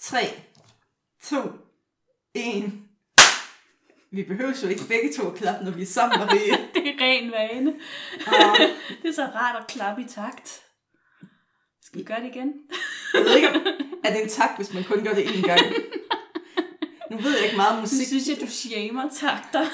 3, 2, 1. Vi behøver jo ikke begge to at klappe, når vi er sammen, Marie. Det er ren vane. Det er så rart at klappe i takt. Skal vi gøre det igen? Jeg ved ikke, er det en takt, hvis man kun gør det én gang? Nu ved jeg ikke meget om musik. Nu synes jeg, du shamer takter.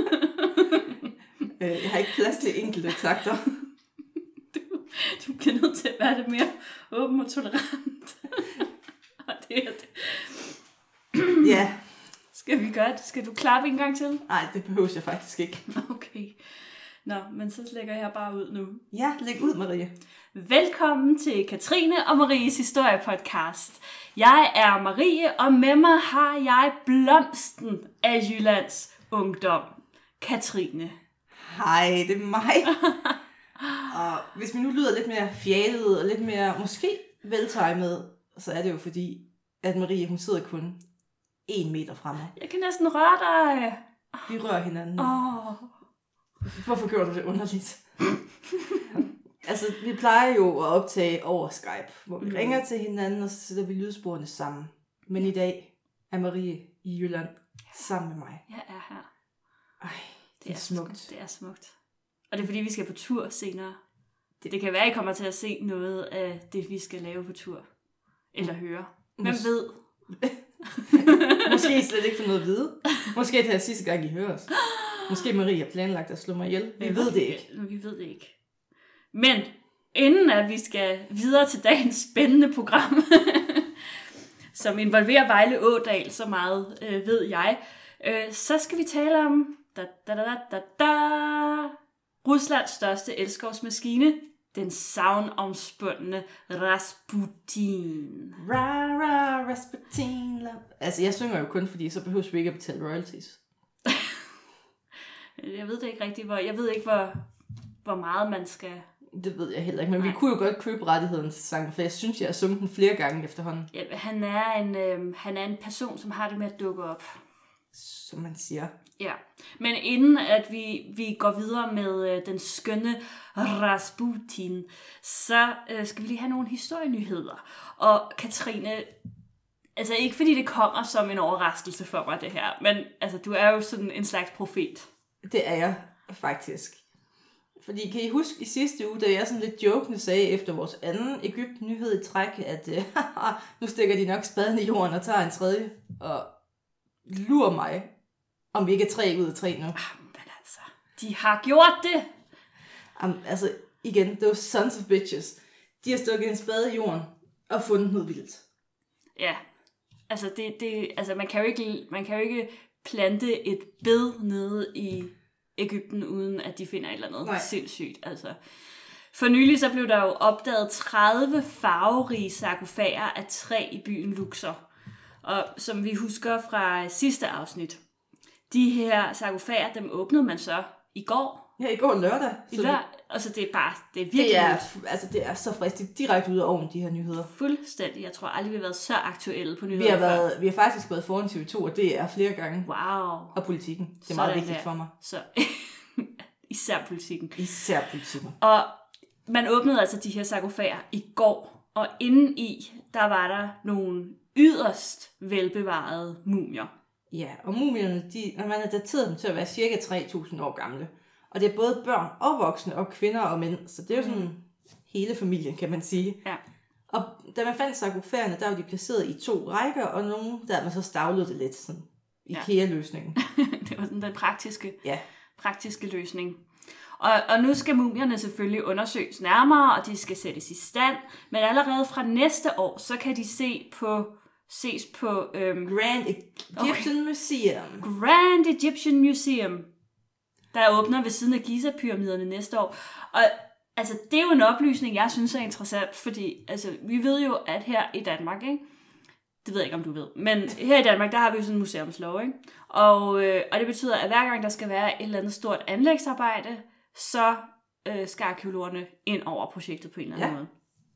Jeg har ikke plads til enkelte takter. Du bliver nødt til at være lidt mere åben og tolerant. Og det er det. Ja. Skal vi gøre det? Skal du klappe en gang til? Nej, det behøver jeg faktisk ikke. Okay. Nå, men så lægger jeg bare ud nu. Ja, læg ud, Marie. Velkommen til Katrine og Maries historiepodcast. Jeg er Marie, og med mig har jeg blomsten af Jyllands ungdom. Katrine. Hej, det er mig. Og hvis vi nu lyder lidt mere fjalet og lidt mere måske veltimet, så er det jo fordi, at Marie, hun sidder kun 1 meter fra mig. Jeg kan næsten røre dig. Vi rører hinanden. Hvorfor gør du det underligt? Altså, vi plejer jo at optage over Skype, hvor vi ringer til hinanden, og så sætter vi lydsporene sammen. Men i dag er Marie i Jylland sammen med mig. Jeg er her. Ej, det er smukt. Det er smukt. Og det er fordi, vi skal på tur senere. Det kan være, at I kommer til at se noget af det, vi skal lave på tur. Eller høre. Hvem ved? Måske slet ikke få noget at vide. Måske det er sidste gang, I hører os. Måske Marie har planlagt at slå mig ihjel. Vi ved det ikke. Vi ved det ikke. Men inden at vi skal videre til dagens spændende program, som involverer Vejle Ådal, så meget ved jeg, så skal vi tale om Ruslands største elskovsmaskine, den sagnomspundne Rasputin. Rasputin. Altså, jeg synger jo kun, fordi så behøver vi ikke at betale royalties. Jeg ved det ikke rigtigt, jeg ved ikke, hvor meget man skal... Det ved jeg heller ikke, men vi kunne jo godt købe rettigheden til sangen, for jeg synes, jeg har sunget den flere gange efterhånden. Ja, han er en person, som har det med at dukke op. Som man siger. Ja, men inden at vi går videre med den skønne Rasputin, så skal vi lige have nogle historienyheder. Og Katrine, altså ikke fordi det kommer som en overraskelse for mig det her, men altså du er jo sådan en slags profet. Det er jeg faktisk. Fordi kan I huske i sidste uge, da jeg sådan lidt jokende sagde efter vores anden Egypten-nyhed i træk, at nu stikker de nok spaden i jorden og tager en tredje, og lurer mig, om vi ikke er 3 ud af 3 nu. Men altså, de har gjort det! Altså, igen, those sons of bitches. De har stukket en spade i jorden og fundet noget vildt. Ja, altså, altså man kan jo ikke plante et bed nede i Egypten, uden at de finder et eller andet sindssygt. Altså. For nylig så blev der jo opdaget 30 farverige sarkofager af træ i byen Luxor. Og som vi husker fra sidste afsnit, de her sarkofager, dem åbnede man så i går. Ja, i går lørdag. Altså det er virkelig... Det er så frisk. Det er direkte ud af ovnen, de her nyheder. Fuldstændig. Jeg tror aldrig, vi har været så aktuelle på nyheder. Vi har faktisk været foran TV2, og det er flere gange. Wow. Og politikken. Det er meget vigtigt for mig. Så især politikken. Især politikken. Og man åbnede altså de her sarkofager i går, og indeni, der var der nogle yderst velbevarede mumier. Ja, og mumierne, man har dateret dem til at være cirka 3.000 år gamle. Og det er både børn og voksne og kvinder og mænd, så det er jo sådan hele familien, kan man sige. Ja. Og da man fandt sarkofagerne, der var de placeret i 2 rækker, og nogle, der man så stavlede det lidt sådan IKEA-løsningen. Det var sådan den praktiske løsning. Og nu skal mumierne selvfølgelig undersøges nærmere, og de skal sættes i stand. Men allerede fra næste år, så kan de ses på Grand Egyptian Museum. Grand Egyptian Museum, der åbner ved siden af Giza-pyramiderne næste år. Og altså, det er jo en oplysning, jeg synes er interessant, fordi altså, vi ved jo, at her i Danmark, ikke? Det ved jeg ikke, om du ved, men her i Danmark, der har vi jo sådan en museumslov, ikke? Og det betyder, at hver gang der skal være et eller andet stort anlægsarbejde, så skal arkeologerne ind over projektet på en eller anden måde.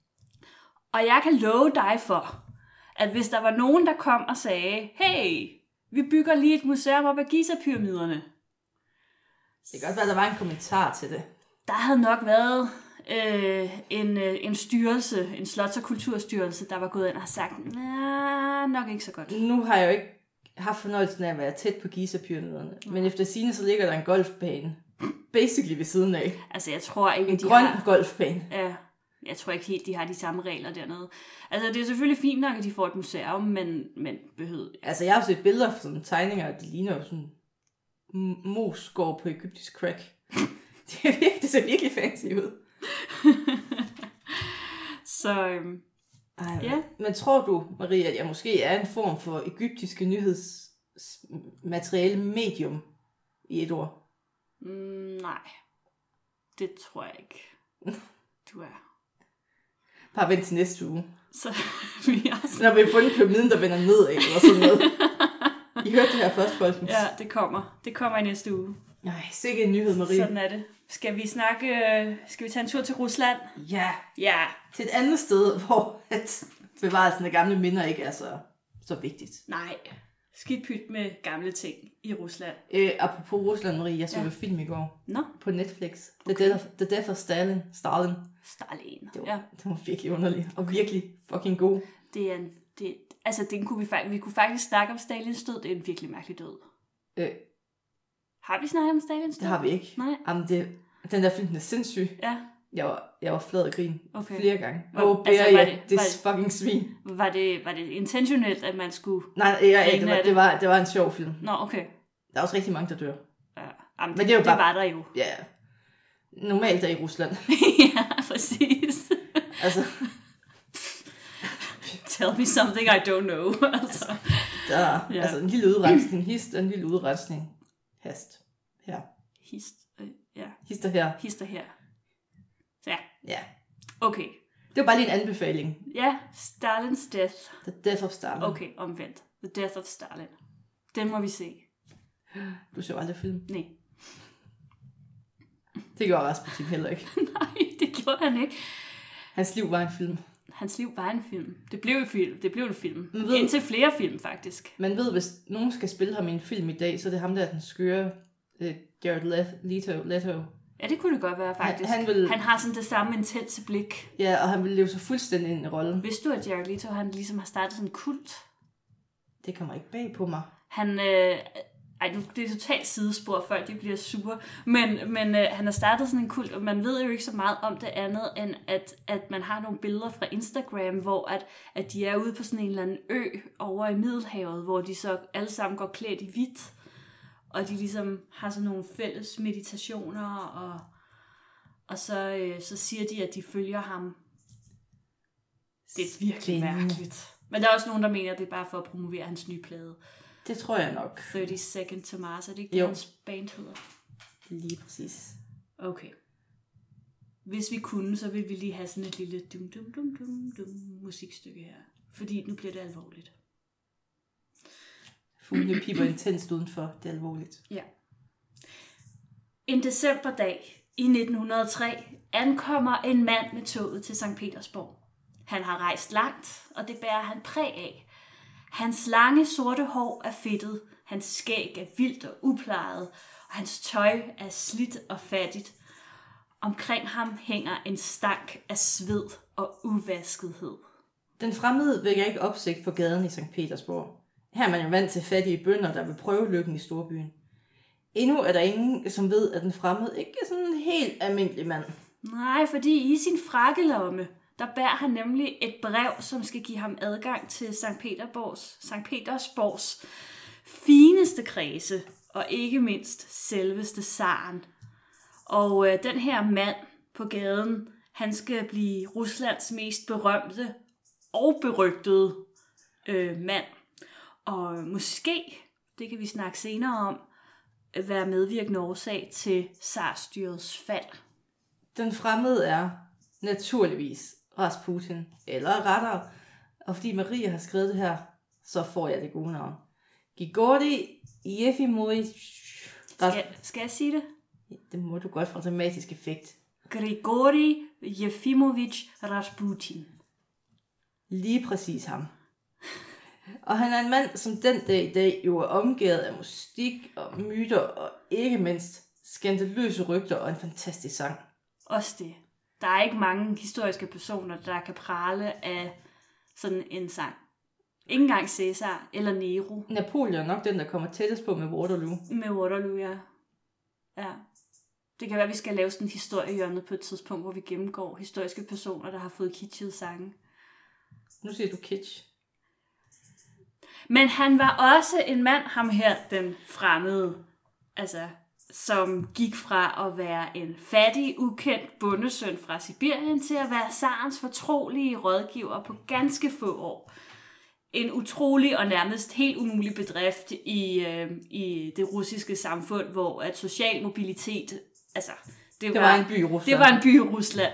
Og jeg kan love dig for, at hvis der var nogen, der kom og sagde, hey, vi bygger lige et museum op af Giza-pyramiderne. Det kan godt være, at der var en kommentar til det. Der havde nok været en styrelse, en slots- og kulturstyrelse, der var gået ind og har sagt, nok ikke så godt. Nu har jeg jo ikke haft fornøjelsen af at være tæt på Giza-pyramiderne, men efter sigende så ligger der en golfbane, basically ved siden af. Altså jeg tror ikke, en grøn golfbane. Ja, jeg tror ikke helt, de har de samme regler dernede. Altså det er selvfølgelig fint nok, at de får et museum, men behøver... Altså jeg har set billeder fra sådan tegninger, de ligner jo sådan mos går på egyptisk crack. Det ser virkelig fancy ud. Så ja. Men tror du, Marie, at jeg måske er en form for egyptiske nyhedsmateriale medium i et ord? Nej, det tror jeg ikke. Du er. Bare vent til næste uge. Så vi er sådan... Når vi har fundet pyramiden, der vender nedad, eller sådan noget. I hørte det her først, folkens. Ja, det kommer. Det kommer i næste uge. Nej, sikke en nyhed, Marie. Sådan er det. Skal vi tage en tur til Rusland? Ja. Ja. Til et andet sted, hvor at bevarelsen af gamle minder ikke er så vigtigt. Nej. Skidt pyt med gamle ting i Rusland. Apropos Rusland, Marie, jeg så en film i går. Nå? På Netflix. Okay. The Death of Stalin. Det var virkelig underligt. Og virkelig fucking god. Vi kunne faktisk snakke om Stalins død. Det er en virkelig mærkelig død. Har vi snakket om Stalins død? Det har vi ikke. Nej. Jamen, den der film, den er sindssyg. Ja. Jeg var flad af grin flere gange. This fucking svin. Var det intentionelt, at man skulle... Nej, det var en sjov film. Nå, okay. Der er også rigtig mange, der dør. Ja. Jamen, men det var der jo. Ja. Normalt der i Rusland. Ja, præcis. Altså... Tell me something I don't know. Altså. Altså en lille udrensning. En lille udrensning. Hast. Her. Hister her. Hister her. Ja. Ja. Okay. Det var bare lige en anbefaling. Ja, Stalins Death. The Death of Stalin. Okay, omvendt. The Death of Stalin. Den må vi se. Du så aldrig film? Nej. Det gjorde Rasputin heller ikke. Nej, det gjorde han ikke. Hans liv var en film. Det blev en film. Indtil flere film, faktisk. Man ved, hvis nogen skal spille ham i en film i dag, så er det ham der, den skøre Jared Leto. Ja, det kunne det godt være, faktisk. Han har sådan det samme intense blik. Ja, og han vil leve så fuldstændig ind i rollen. Vidste du, at Jared Leto, han ligesom har startet sådan en kult? Det kommer ikke bag på mig. Det er totalt sidespor, før de bliver sure. Men han har startet sådan en kult, og man ved jo ikke så meget om det andet, end at man har nogle billeder fra Instagram, hvor at de er ude på sådan en eller anden ø over i Middelhavet, hvor de så alle sammen går klædt i hvidt, og de ligesom har sådan nogle fælles meditationer, og så siger de, at de følger ham. Det er virkelig mærkeligt. Men der er også nogen, der mener, at det er bare for at promovere hans nye plade. Det tror jeg nok. 30 Seconds to Mars, er det ikke det, hans band hedder? Lige præcis. Okay. Hvis vi kunne, så ville vi lige have sådan et lille dum musikstykke her. Fordi nu bliver det alvorligt. Fuglene piper intenst udenfor, det er alvorligt. Ja. En decemberdag i 1903 ankommer en mand med toget til Sankt Petersborg. Han har rejst langt, og det bærer han præg af. Hans lange sorte hår er fedtet, hans skæg er vildt og uplejet, og hans tøj er slidt og fattigt. Omkring ham hænger en stank af sved og uvaskethed. Den fremmede vækker ikke opsigt på gaden i Sankt Petersborg. Her er man jo vant til fattige bønder, der vil prøve lykken i storbyen. Endnu er der ingen, som ved, at den fremmede ikke er sådan en helt almindelig mand. Nej, fordi i sin frakkelomme, der bærer han nemlig et brev, som skal give ham adgang til Sankt Petersborgs fineste kredse, og ikke mindst selveste zaren. Og den her mand på gaden, han skal blive Ruslands mest berømte og berygtede mand. Og måske, det kan vi snakke senere om, være medvirkende årsag til zarstyrets fald. Den fremmede er naturligvis Rasputin, eller rettere, og fordi Maria har skrevet det her, så får jeg det gode navn. Grigorij Jefimovich. Skal jeg sige det? Det må du godt fra dramatisk effekt. Grigorij Jefimovich Rasputin. Lige præcis ham. Og han er en mand, som den dag i dag jo er omgivet af mystik og myter, og ikke mindst skandaløse rygter og en fantastisk sang. Også det. Der er ikke mange historiske personer, der kan prale af sådan en sang. Ikke engang Cæsar eller Nero. Napoleon er nok den, der kommer tættest på med Waterloo. Med Waterloo, ja. Ja. Det kan være, at vi skal lave sådan en historiehjørne på et tidspunkt, hvor vi gennemgår historiske personer, der har fået kitschede sange. Nu siger du kitsch. Men han var også en mand, ham her, den fremmede, altså, som gik fra at være en fattig, ukendt bondesøn fra Sibirien til at være zarens fortrolige rådgiver på ganske få år. En utrolig og nærmest helt umulig bedrift i det russiske samfund, hvor at social mobilitet, altså, det var en by i Rusland. Det var en by i Rusland.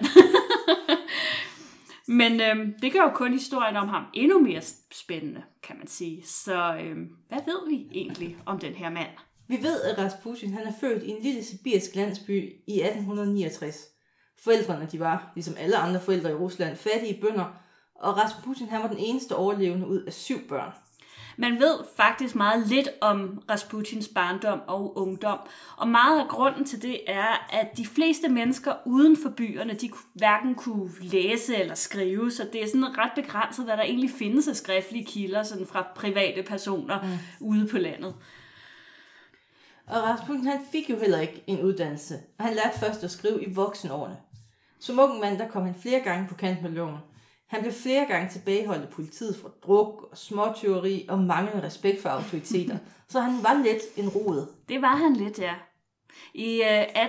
Men det gør jo kun historien om ham endnu mere spændende, kan man sige. Så hvad ved vi egentlig om den her mand? Vi ved, at Rasputin han er født i en lille sibirsk landsby i 1869. Forældrene de var, ligesom alle andre forældre i Rusland, fattige bønder, og Rasputin han var den eneste overlevende ud af 7 børn. Man ved faktisk meget lidt om Rasputins barndom og ungdom, og meget af grunden til det er, at de fleste mennesker uden for byerne, de hverken kunne læse eller skrive, så det er sådan ret begrænset, hvad der egentlig findes af skriftlige kilder sådan fra private personer ude på landet. Og Rasputin han fik jo heller ikke en uddannelse, og han lærte først at skrive i voksenårene. Som ung mand, der kom han flere gange på kant med loven. Han blev flere gange tilbageholdt af politiet for druk og småtyveri og manglende respekt for autoriteter. Så han var lidt en rod. Det var han lidt, ja. I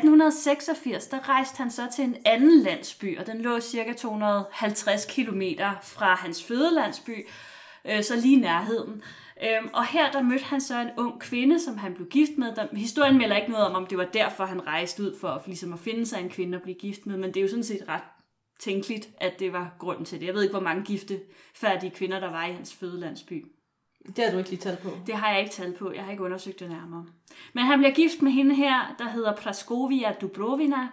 1886, der rejste han så til en anden landsby, og den lå cirka 250 kilometer fra hans fødelandsby, så lige i nærheden. Og her der mødte han så en ung kvinde, som han blev gift med. Historien melder ikke noget om det var derfor, han rejste ud for ligesom at finde sig en kvinde at blive gift med, men det er jo sådan set ret tænkeligt, at det var grunden til det. Jeg ved ikke, hvor mange giftefærdige kvinder, der var i hans fødelandsby. Det har du ikke lige talt på. Det har jeg ikke talt på. Jeg har ikke undersøgt det nærmere. Men han bliver gift med hende her, der hedder Praskovia Dubrovina.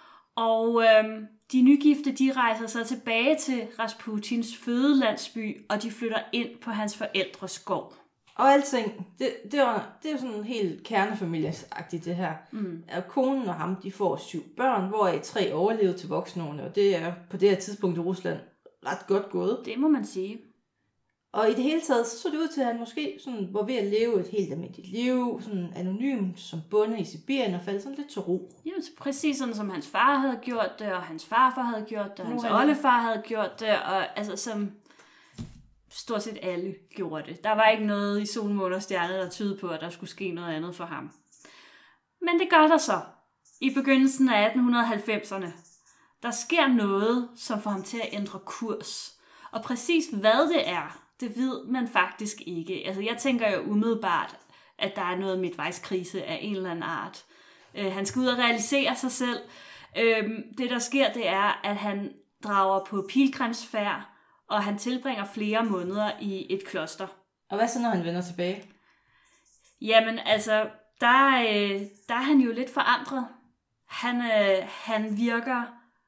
Og de nygifte, de rejser så tilbage til Rasputins fødelandsby, og de flytter ind på hans forældres gård. Og alting, det er jo sådan helt kernefamiliesagtigt det her. Og konen og ham, de får 7 børn, hvoraf 3 overlevede til voksenårene, og det er på det her tidspunkt i Rusland ret godt gået. Det må man sige. Og i det hele taget, så det ud til, at han måske sådan var ved at leve et helt almindeligt liv, sådan anonymt som bonde i Sibirien, og faldt sådan lidt til ro. Jamen, præcis sådan som hans far havde gjort det, og hans farfar havde gjort det, og hans oldefar havde gjort det, og altså som stort set alle gjorde det. Der var ikke noget i Sol, Måne og Stjerne, der tydede på, at der skulle ske noget andet for ham. Men det gør der så. I begyndelsen af 1890'erne, der sker noget, som får ham til at ændre kurs. Og præcis hvad det er, det ved man faktisk ikke. Altså jeg tænker jo umiddelbart, at der er noget midtvejskrise af en eller anden art. Han skal ud og realisere sig selv. Det der sker, det er, at han drager på pilgrimsfærd, og han tilbringer flere måneder i et kloster. Og hvad så, når han vender tilbage? Jamen altså, der er han jo lidt forandret. Han virker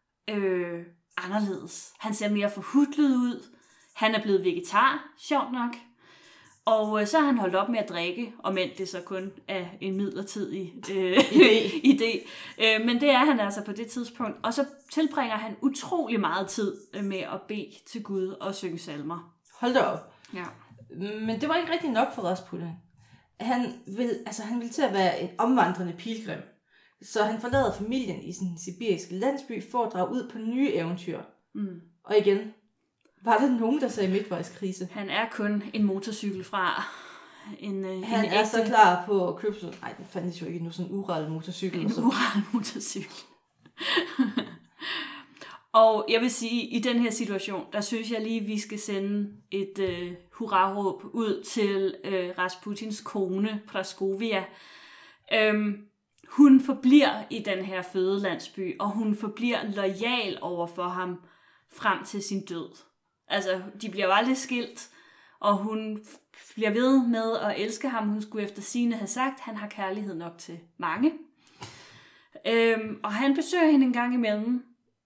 anderledes. Han ser mere forhutlet ud. Han er blevet vegetar, sjovt nok. Og så har han holdt op med at drikke, og men det så kun er en midlertidig idé. Men det er han altså på det tidspunkt. Og så tilbringer han utrolig meget tid med at bede til Gud og synge salmer. Hold da op. Ja. Men det var ikke rigtig nok for Rasputin. Han ville til at være en omvandrende pilgrim. Så han forlader familien i sin sibiriske landsby for at drage ud på nye eventyr. Og igen, var der nogen, der sagde midtvejskrise? Han er kun en motorcykel fra han er så klar på at købe sådan... Nej, den fandtes jo ikke nu, sådan en ural motorcykel. En ural motorcykel. Og jeg vil sige, i den her situation, der synes jeg lige, vi skal sende et hurraråb ud til Rasputins kone, Praskovia. Hun forbliver i den her fødelandsby, og hun forbliver loyal over for ham frem til sin død. Altså, de bliver jo aldrig skilt, og hun bliver ved med at elske ham. Hun skulle efter sigende have sagt, at han har kærlighed nok til mange. Og han besøger hende en gang imellem,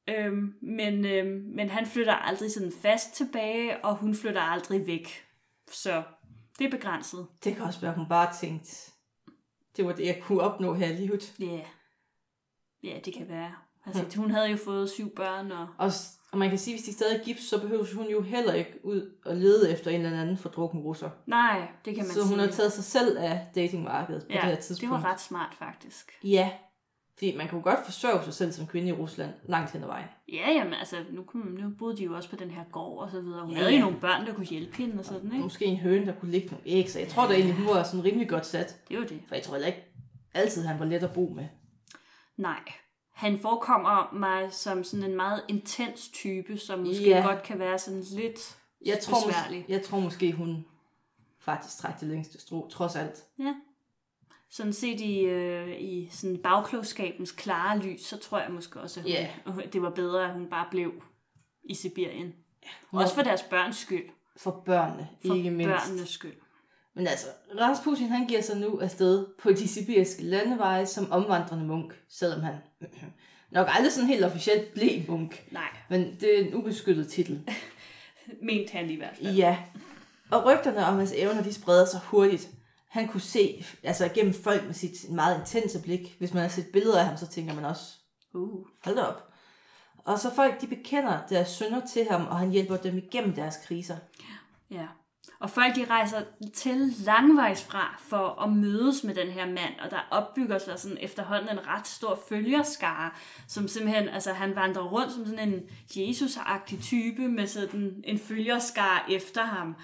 men han flytter aldrig sådan fast tilbage, og hun flytter aldrig væk. Så det er begrænset. Det kan også være, hun bare tænkte, det var det, jeg kunne opnå her i livet. Ja, det kan være. Altså, hun havde jo fået 7 børn. Og man kan sige, at hvis de stadig er gift, så behøver hun jo heller ikke ud og lede efter en eller anden fordrukken russer. Nej, det kan man sige. Så hun har taget sig selv af datingmarkedet på det her tidspunkt. Det var ret smart faktisk. Ja, fordi man kunne godt forsørge sig selv som kvinde i Rusland langt hen ad vejen. Ja, jamen altså, nu boede de jo også på den her gård og så videre. Hun havde jo nogle børn, der kunne hjælpe hende og sådan, ikke? Måske en høne, der kunne lægge nogle æg, så jeg tror da egentlig, hun var sådan rimelig godt sat. Det var det. For jeg tror heller ikke altid, han var let at bo med. Nej. Han forekommer mig som sådan en meget intens type, som måske godt kan være sådan lidt besværlig. Jeg tror måske, hun faktisk trækker det længste strå, trods alt. Ja. Sådan set i sådan bagklogskabens klare lys, så tror jeg måske også, at det var bedre, at hun bare blev i Sibirien. Ja, også for deres børns skyld. For børnene, ikke mindst. For børnenes skyld. Men altså, Rasputin, han giver sig nu afsted på de sibiriske landeveje som omvandrende munk, selvom han nok aldrig sådan helt officielt blev munk. Nej. Men det er en ubeskyttet titel. Mente han i hvert fald. Ja. Og rygterne om hans evner, de spreder sig hurtigt. Han kunne se, altså gennem folk med sit meget intense blik. Hvis man har set billeder af ham, så tænker man også, hold da op. Og så folk, de bekender deres synder til ham, og han hjælper dem igennem deres kriser. Ja. Og folk, de rejser til langvejs fra for at mødes med den her mand, og der opbygger sig sådan efterhånden en ret stor følgerskare, som simpelthen, altså han vandrer rundt som sådan en Jesus-agtig type med sådan en følgerskare efter ham.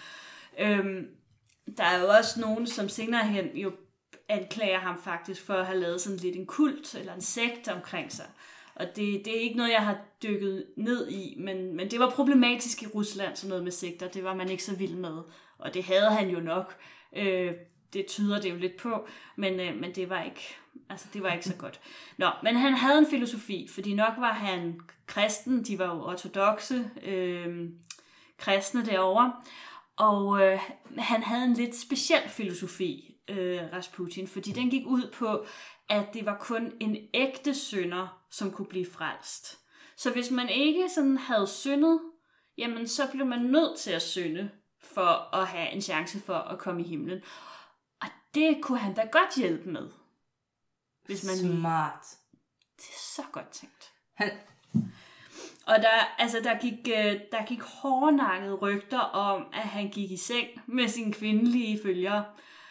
Der er jo også nogen, som senere hen jo anklager ham faktisk for at have lavet sådan lidt en kult eller en sekt omkring sig. Og det er ikke noget, jeg har dykket ned i, men det var problematisk i Rusland, sådan noget med sekter. Det var man ikke så vild med, og det havde han jo nok. Det tyder det jo lidt på, men det var ikke så godt. Nå, men han havde en filosofi, fordi nok var han kristen, de var jo ortodokse kristne derovre, og han havde en lidt speciel filosofi, Rasputin, fordi den gik ud på, at det var kun en ægte synder, som kunne blive frelst. Så hvis man ikke sådan havde syndet, jamen så blev man nødt til at synde, for at have en chance for at komme i himlen. Og det kunne han da godt hjælpe med. Hvis man Smart. Det er så godt tænkt. Han... Og der gik hårdnakkede rygter om, at han gik i seng med sine kvindelige følgere.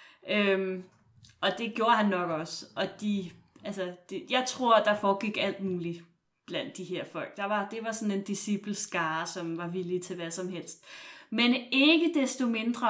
Og det gjorde han nok også. Og jeg tror, der foregik alt muligt blandt de her folk. Det var sådan en discipleskare, som var villige til hvad som helst. Men ikke desto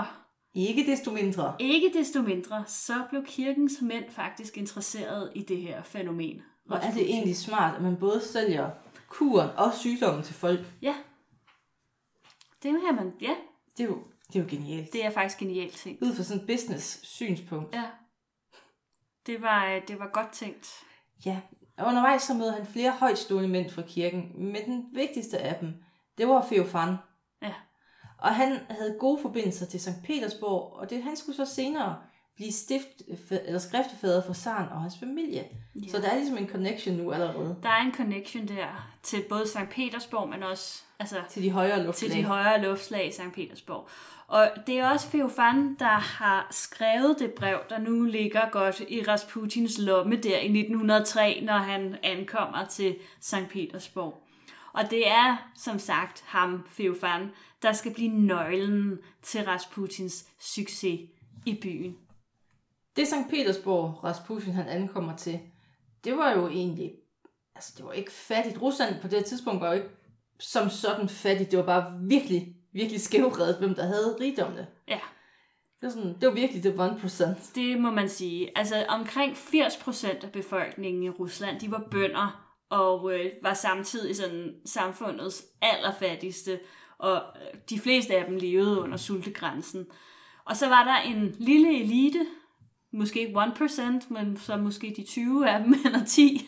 mindre, så blev kirkens mænd faktisk interesseret i det her fænomen. Og er det egentlig smart, at man både sælger kuren og sygdommen til folk? Ja. Det er jo her, man... Ja. Det er jo genialt. Det er faktisk genialt tænkt. Ud fra sådan et business-synspunkt. Ja. Det var godt tænkt. Ja, og undervejs så møder han flere højtstående mænd fra kirken, men den vigtigste af dem, det var Feofan. Ja. Og han havde gode forbindelser til Sankt Petersborg, og han skulle så senere blive skriftefader for zaren og hans familie. Ja. Så der er ligesom en connection nu allerede. Der er en connection der til både Sankt Petersborg, men også til de højere luftslag i Sankt Petersborg. Og det er også Feofan, der har skrevet det brev, der nu ligger godt i Rasputins lomme der i 1903, når han ankommer til Sankt Petersborg. Og det er, som sagt, ham, Feofan, der skal blive nøglen til Rasputins succes i byen. Det Sankt Petersborg, Rasputin han ankommer til, det var jo egentlig, altså det var ikke fattigt. Rusland på det tidspunkt var jo ikke som sådan fattigt. Det var bare virkelig, virkelig skævredet, hvem der havde rigdommene. Ja. Det var virkelig det 1%. Det må man sige. Altså omkring 80% af befolkningen i Rusland, de var bønder, og var samtidig sådan samfundets allerfattigste, og de fleste af dem levede under sultegrænsen. Og så var der en lille elite, måske ikke 1%, men så måske de 20 af dem, eller 10,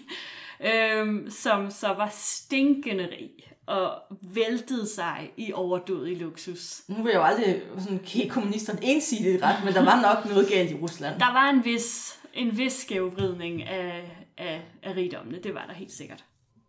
som så var stinkende rig og væltede sig i overdådig luksus. Nu vil jeg jo aldrig sådan give kommunisterne ensidigt ret, men der var nok noget galt i Rusland. Der var en vis skævvridning af rigdommene, det var der helt sikkert.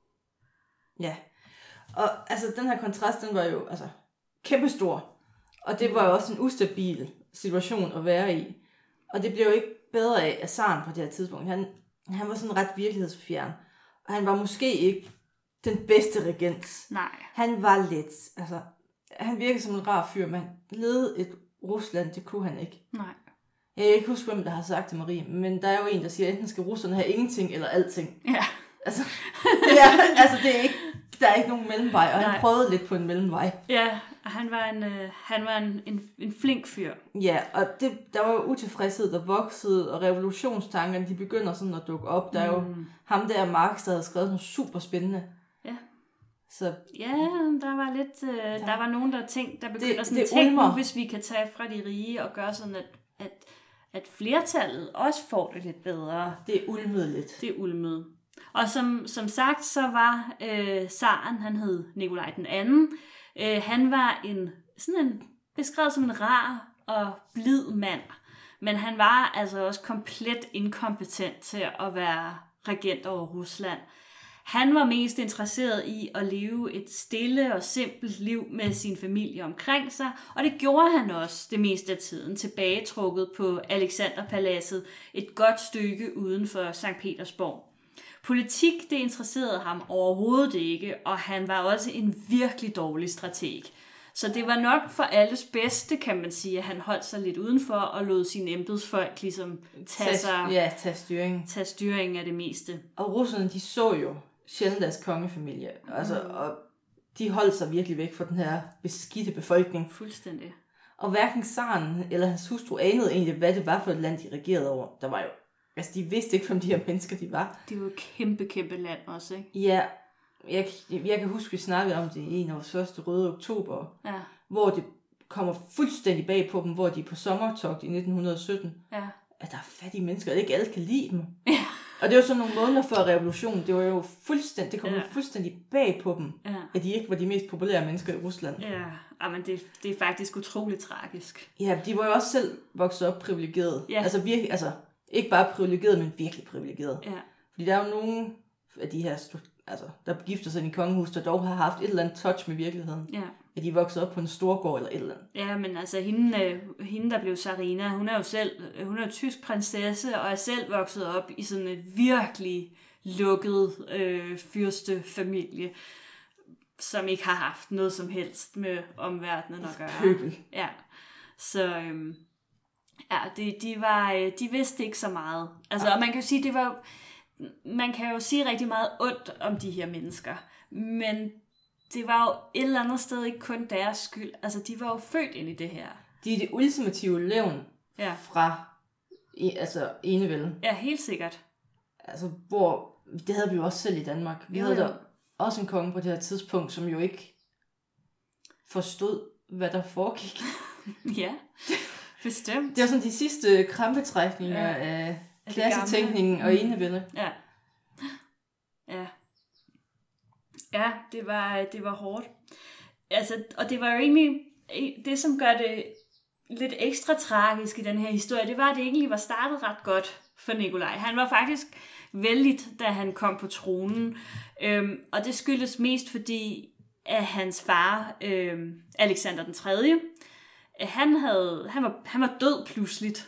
Ja, og altså den her kontrast, den var jo altså kæmpestor, og det var jo også en ustabil situation at være i. Og det blev jo ikke bedre af zaren på det her tidspunkt. Han var sådan ret virkelighedsfjern. Og han var måske ikke den bedste regent. Nej. Han var lidt, altså, han virkede som en rar fyr, men lede et Rusland, det kunne han ikke. Nej. Jeg kan ikke huske, hvem der har sagt det, Marie, men der er jo en, der siger, enten skal russerne have ingenting eller alting. Ja. Altså, det er ikke, der er ikke nogen mellemvej, og han prøvede lidt på en mellemvej. Ja, og han var en flink fyr. Ja, og der var jo utilfredshed, der voksede, og revolutionstankerne, de begynder sådan at dukke op. Der er jo ham der, Marx, der havde skrevet noget super spændende. Ja. Så, ja, der var lidt, der var nogen, der begynder sådan at tænke nu, hvis vi kan tage fra de rige og gøre sådan, at flertallet også får det lidt bedre. Det er ulmet lidt. Det er ulmet. Og som sagt, så var zaren, han hed Nikolaj den anden, han var beskrevet som en rar og blid mand, men han var altså også komplet inkompetent til at være regent over Rusland. Han var mest interesseret i at leve et stille og simpelt liv med sin familie omkring sig, og det gjorde han også det meste af tiden, tilbagetrukket på Alexanderpaladset, et godt stykke uden for Sankt Petersborg. Politik, det interesserede ham overhovedet ikke, og han var også en virkelig dårlig strateg. Så det var nok for alles bedste, kan man sige, at han holdt sig lidt udenfor og lod sine embedsfolk ligesom tage styringen af det meste. Og russerne, de så jo sjældent deres kongefamilie, og de holdt sig virkelig væk fra den her beskidte befolkning. Fuldstændig. Og hverken zaren eller hans hustru anede egentlig, hvad det var for et land, de regerede over. Der var jo, de vidste ikke, hvem de her mennesker de var. Det var jo et kæmpe, kæmpe land også, ikke? Ja, jeg kan huske, vi snakkede om det i en af vores første Røde Oktober, hvor det kommer fuldstændig bag på dem, hvor de er på sommertogt i 1917, at der er fattige mennesker, og ikke alle kan lide dem. Ja. Og det var sådan nogle måneder før revolutionen, det var jo fuldstændig, det kom fuldstændig bag på dem, at de ikke var de mest populære mennesker i Rusland. Ja, men det er faktisk utroligt tragisk. Ja, de var jo også selv vokset op privilegeret. Ja. Altså virkelig, ikke bare privilegeret, men virkelig privilegeret. Ja. Fordi der er jo nogle af de her, der gifter sig i en kongehus, der dog har haft et eller andet touch med virkeligheden. Ja. At de er vokset op på en storgård eller et eller andet. Ja, men altså hende der blev Tsarina, hun er jo tysk prinsesse, og er selv vokset op i sådan et virkelig lukket fyrstefamilie, som ikke har haft noget som helst med omverdenen at gøre. Pøbel. Ja, så de vidste ikke så meget. Altså, og man kan jo sige, man kan jo sige rigtig meget ondt om de her mennesker, men det var jo et eller andet sted ikke kun deres skyld. Altså, de var jo født ind i det her. De er det ultimative levn fra enevælden. Ja, helt sikkert. Altså, hvor det havde vi jo også selv i Danmark. Vi havde der også en konge på det her tidspunkt, som jo ikke forstod, hvad der foregik. Ja, bestemt. Det var sådan de sidste krampetrækninger af klassetænkningen og enevælde. Ja. Ja. Ja, det var hårdt. Altså, og det var jo egentlig det, som gør det lidt ekstra tragisk i den her historie, det var, at det egentlig var startet ret godt for Nikolaj. Han var faktisk vældigt, da han kom på tronen. Og det skyldes mest fordi, at hans far, Alexander den 3., han var død pludseligt.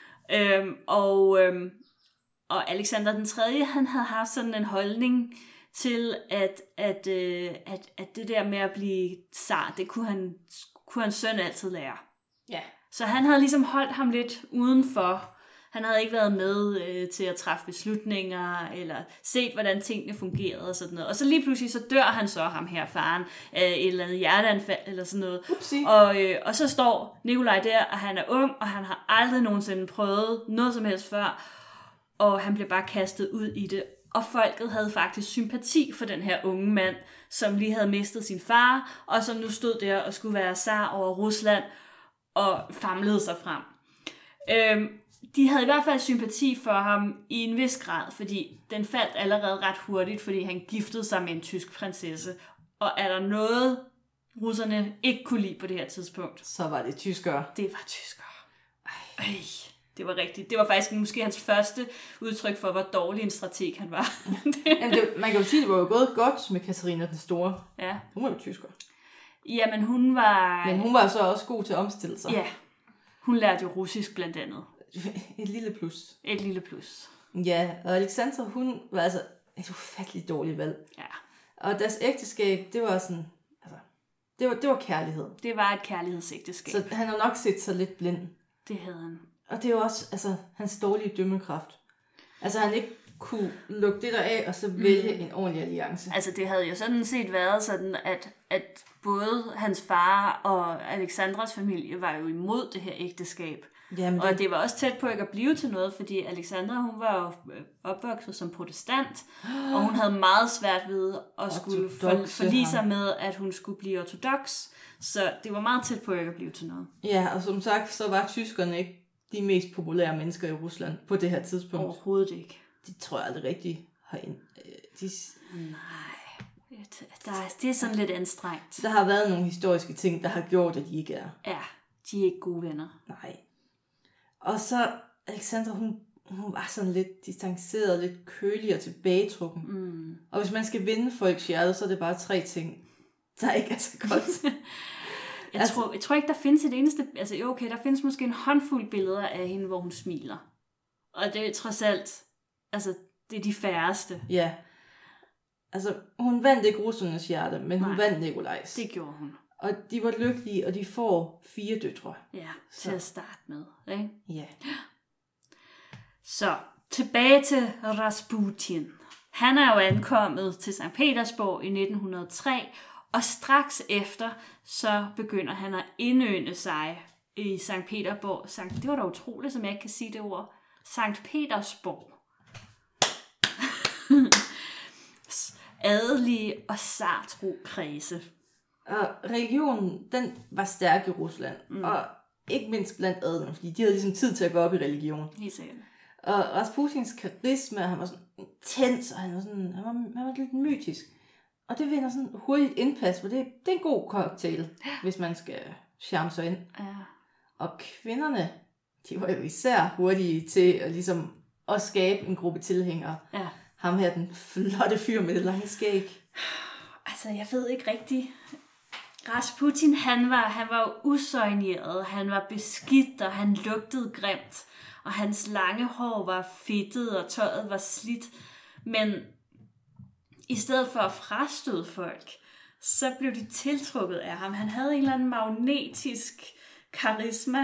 Og Alexander den 3., han havde haft sådan en holdning til, at det der med at blive zar, det kunne hans søn altid lære. Ja. Så han havde ligesom holdt ham lidt udenfor. Han havde ikke været med til at træffe beslutninger, eller set, hvordan tingene fungerede og sådan noget. Og så lige pludselig, så dør han så, ham her faren, et eller andet hjerteanfald eller sådan noget. Og så står Nikolaj der, og han er ung, og han har aldrig nogensinde prøvet noget som helst før. Og han blev bare kastet ud i det. Og folket havde faktisk sympati for den her unge mand, som lige havde mistet sin far, og som nu stod der og skulle være zar over Rusland, og famlede sig frem. De havde i hvert fald sympati for ham i en vis grad, fordi den faldt allerede ret hurtigt, fordi han giftede sig med en tysk prinsesse. Og er der noget, russerne ikke kunne lide på det her tidspunkt? Så var det tyskere. Det var tyskere. Ej. Det var rigtigt. Det var faktisk måske hans første udtryk for, hvor dårlig en strateg han var. Man kan jo sige, at det var jo gået godt med Katarina den Store. Ja. Hun var jo tysker. Ja, men hun var... Men hun var så også god til at omstille sig. Ja. Hun lærte jo russisk blandt andet. Et lille plus. Et lille plus. Ja, og Alexandra, hun var et ufatteligt dårligt valg. Ja. Og deres ægteskab, det var sådan, altså, det var kærlighed. Det var et kærlighedsægteskab. Så han har nok set sig lidt blind. Det havde han. Og det er jo også altså, hans dårlige dømmekraft. Altså han ikke kunne lukke det der af, og så vælge en ordentlig alliance. Altså det havde jo sådan set været sådan, at både hans far og Alexandras familie var jo imod det her ægteskab. Jamen, og det var også tæt på ikke at blive til noget, fordi Alexandra, hun var jo opvokset som protestant, og hun havde meget svært ved at skulle forlige sig med, at hun skulle blive ortodox. Så det var meget tæt på ikke at blive til noget. Ja, og som sagt, så var tyskerne ikke de mest populære mennesker i Rusland på det her tidspunkt. Overhovedet ikke. De tror jeg aldrig rigtig har Nej, det er sådan lidt anstrengt. Der har været nogle historiske ting, der har gjort, at de ikke er. Ja, de er ikke gode venner. Nej. Og så Alexandra, hun var sådan lidt distanceret, lidt kølig og tilbagetrukken. Mm. Og hvis man skal vinde folks hjerte, så er det bare 3 ting, der ikke er så godt. Jeg tror ikke, der findes et eneste... Altså jo, okay, der findes måske en håndfuld billeder af hende, hvor hun smiler. Og det er trods alt... Altså, det er de færreste. Ja. Altså, hun vandt ikke russernes hjerte, men hun vandt Nikolajs. Det gjorde hun. Og de var lykkelige, og de får 4 døtre. Ja, til at starte med. Ikke? Ja. Så, tilbage til Rasputin. Han er jo ankommet til Sankt Petersborg i 1903, og straks efter, så begynder han at indøne sig i Sankt Petersborg. Det var da utroligt, som jeg ikke kan sige det ord. Sankt Petersborg. Adelige og sartro kredse. Og religionen, den var stærk i Rusland. Og ikke mindst blandt adelen, fordi de havde ligesom tid til at gå op i religion. Helt sikkert. Og Rasputins karisma, han var sådan intens, og han var lidt mytisk. Og det vinder sådan hurtigt indpas, for det er en god cocktail, hvis man skal charme sig ind. Ja. Og kvinderne, de var jo især hurtige til at, ligesom, at skabe en gruppe tilhængere. Ja. Ham her, den flotte fyr med det lange skæg. Altså, jeg ved ikke rigtigt. Rasputin, han var jo usøjneret, han var beskidt, og han lugtede grimt. Og hans lange hår var fedtet, og tøjet var slidt. Men i stedet for at frastøde folk, så blev de tiltrukket af ham. Han havde en eller anden magnetisk karisma,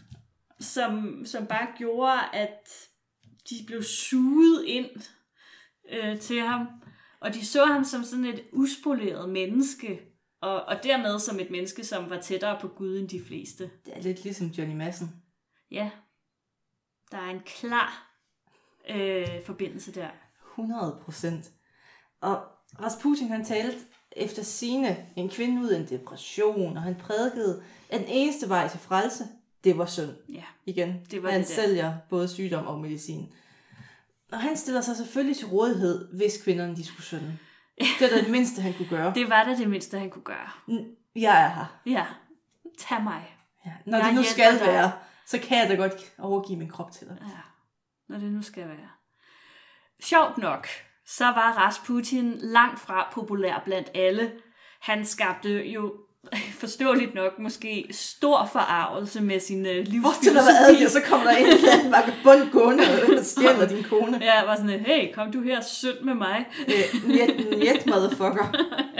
som bare gjorde, at de blev suget ind til ham. Og de så ham som sådan et uspoleret menneske, og dermed som et menneske, som var tættere på Gud end de fleste. Det er lidt ligesom Johnny Madsen. Ja, der er en klar forbindelse der. 100%. Og Rasputin, han talte efter sigende en kvinde ud af en depression, og han prædikede, at den eneste vej til frelse, det var synd. Ja, igen. det var han det der. sælger både sygdom og medicin. Og han stiller sig selvfølgelig til rådighed, hvis kvinderne de skulle synde. Det er det mindste, han kunne gøre. Det var det mindste, han kunne gøre. Jeg er her. Ja, tag mig. Ja. Når det nu skal være, så kan jeg da godt overgive min krop til dig. Ja, når det nu skal være. Sjovt nok, så var Rasputin langt fra populær blandt alle. Han skabte jo forståeligt nok måske stor forarvelse med sin livsfilosofi. Hvor så kommer der en eller anden vagabond gående og stjæler din kone. Ja, var sådan, hey, kom du her synd med mig. Net motherfucker.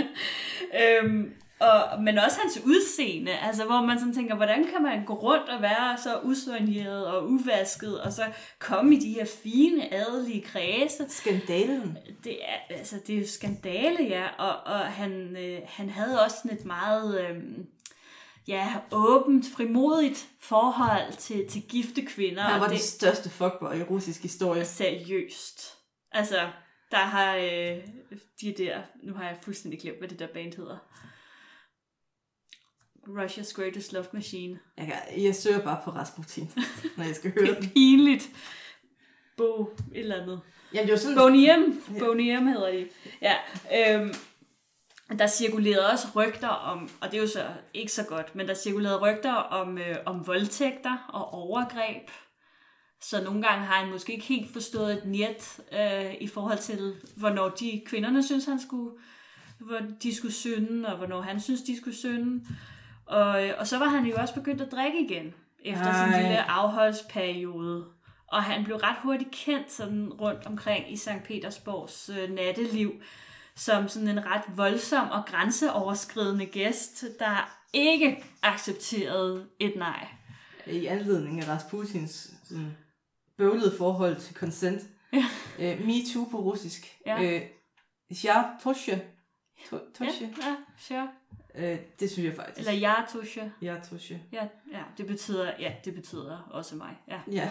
Men også hans udseende, altså hvor man sådan tænker, hvordan kan man gå rundt og være så usøgneret og uvasket, og så komme i de her fine, adelige kredse. Skandalen. Det er jo skandale, ja, og han havde også sådan et meget åbent, frimodigt forhold til gifte kvinder. Han var det største fuckboy i russisk historie. Seriøst. Altså, der har nu har jeg fuldstændig glemt, hvad det der band hedder. Russia's Greatest Love Machine. Jeg søger bare på Rasputin, når jeg skal høre det. Det er pinligt. Et eller andet. Jamen, det var sådan... Boniem hedder de. Ja, der cirkulerede også rygter om, og det er jo så ikke så godt, men der cirkulerede rygter om voldtægter og overgreb. Så nogle gange har han måske ikke helt forstået et net i forhold til, hvornår de kvinderne synes, hvor de skulle synde, og hvornår han synes, de skulle synde. Og så var han jo også begyndt at drikke igen, efter sin lille afholdsperiode. Og han blev ret hurtigt kendt sådan rundt omkring i Sankt Petersborgs natteliv, som sådan en ret voldsom og grænseoverskridende gæst, der ikke accepterede et nej. I anledning af Rasputins sådan, bøvlede forhold til consent. Ja. Me too på russisk. Ja. Ja, tosje. Ja, sure. Det synes jeg faktisk. Eller ja, tosje. Ja, tosje. Ja, det betyder også mig. Ja. Ja.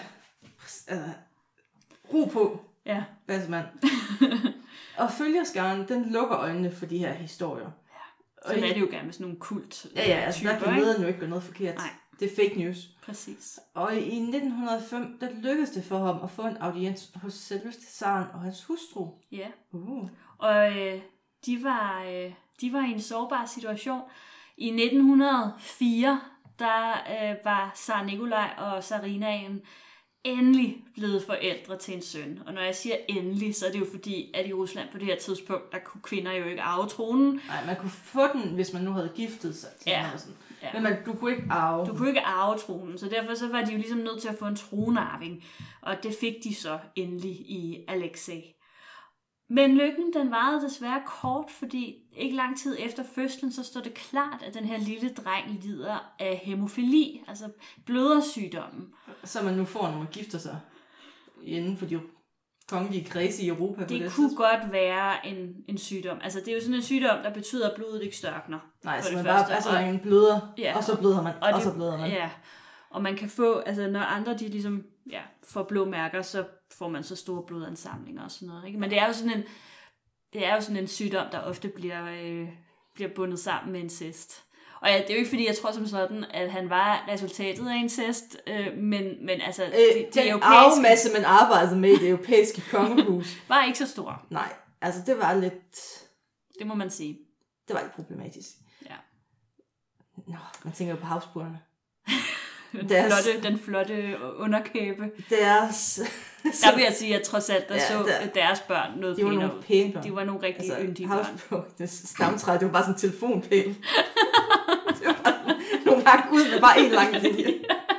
Ro på. Ja. Bassemand. Og følgerskaren, den lukker øjnene for de her historier. Sådan er det jo gerne med sådan nogle kult. Ja, altså der kan lederen jo ikke gøre noget forkert. Nej. Det er fake news. Præcis. Og i 1905, der lykkedes det for ham at få en audiens hos selveste zaren og hans hustru. Ja. Og de var i en sårbar situation. I 1904, der var zar Nikolaj og tsarinaen endelig blevet forældre til en søn. Og når jeg siger endelig, så er det jo fordi, at i Rusland på det her tidspunkt, der kunne kvinder jo ikke arve tronen. Nej, man kunne få den, hvis man nu havde giftet sig. Ja. Sådan. Ja. Men du kunne ikke arve. Du kunne ikke arve tronen, så derfor så var de jo ligesom nødt til at få en tronarving. Og det fik de så endelig i Alexei. Men lykken, den varede desværre kort, fordi ikke lang tid efter fødslen, så står det klart, at den her lille dreng lider af hæmofili, altså blødersygdommen. Så man nu får, når man gifter sig inden for de kongelige kredse i Europa. Det kunne godt være en sygdom. Altså det er jo sådan en sygdom, der betyder, at blodet ikke størkner. Nej, så man bare altså en bløder, ja, og så bløder man, og så bløder man. Ja, og man kan få, altså når andre de ligesom får blå mærker, så får man så store blodansamlinger og sådan noget. Ikke? Men det er jo sådan en sygdom, der ofte bliver bundet sammen med incest. Og ja, det er jo ikke fordi, jeg tror som sådan, at han var resultatet af incest, men altså det den europæiske arvemasse, man arbejdede med i det europæiske kongehus, var ikke så stor. Nej, altså det var lidt... Det må man sige. Det var lidt problematisk. Ja. Nå, man tænker jo på havsburgerne. Den flotte underkæbe. Der vil jeg sige, at trods alt, deres børn noget pænere. De var nogle pæne børn. De var nogle rigtig yndige børn. Havsburg, stamtræ, det var bare sådan en telefonpæl. Det var bare nogle hak ud med bare en lang linje.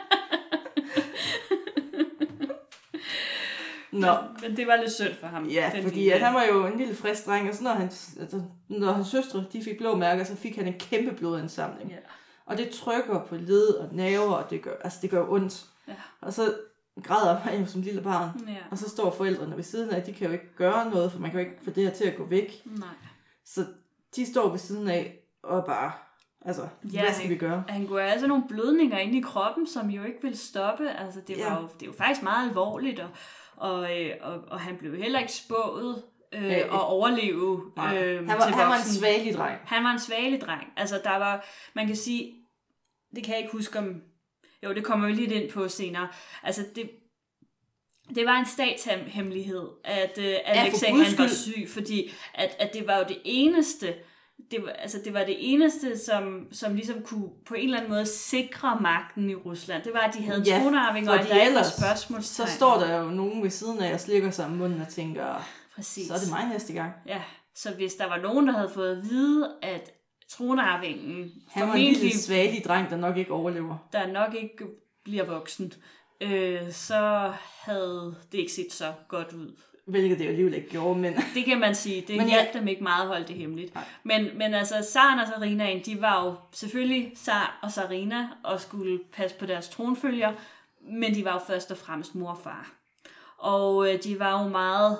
Nå. Men det var lidt synd for ham. Ja, fordi at han var jo en lille frisk dreng, og så når hans søstre de fik blå mærker, så fik han en kæmpe blodansamling. Ja. Og det trykker på led og nerver, og det gør ondt. Ja. Og så græder man jo som lille barn. Ja. Og så står forældrene ved siden af, de kan jo ikke gøre noget, for man kan jo ikke få det her til at gå væk. Nej. Så de står ved siden af og bare, altså, hvad skal vi gøre? Han kunne altså nogle blødninger inde i kroppen, som jo ikke ville stoppe. Altså, det er jo faktisk meget alvorligt, og han blev heller ikke spået at overleve. Han var en svagelig dreng. Han var en svagelig dreng. Altså, der var, man kan sige, det kan jeg ikke huske om, jo, det kommer vi lidt ind på senere. Altså, det var en statshemmelighed, at Alexei han var syg, fordi at det var jo det eneste, det var det eneste, som ligesom kunne på en eller anden måde sikre magten i Rusland. Det var, at de havde en tronarving, og der ikke var spørgsmålstegn. Så står der jo nogen ved siden af og slikker sig om munden og tænker, præcis. Så er det mig næste gang. Ja, så hvis der var nogen, der havde fået at vide, at tronarvingen... Han var en lille svagelig dreng, der nok ikke overlever. Der nok ikke bliver voksen. Så havde det ikke set så godt ud. Hvilket det jo alligevel ikke gjorde, men... Det kan man sige. Det hjalp dem ikke meget at holde det hemmeligt. Men altså, zaren og tsarinaen, de var jo selvfølgelig zar og tsarina og skulle passe på deres tronfølger, men de var jo først og fremmest mor og far. Og de var jo meget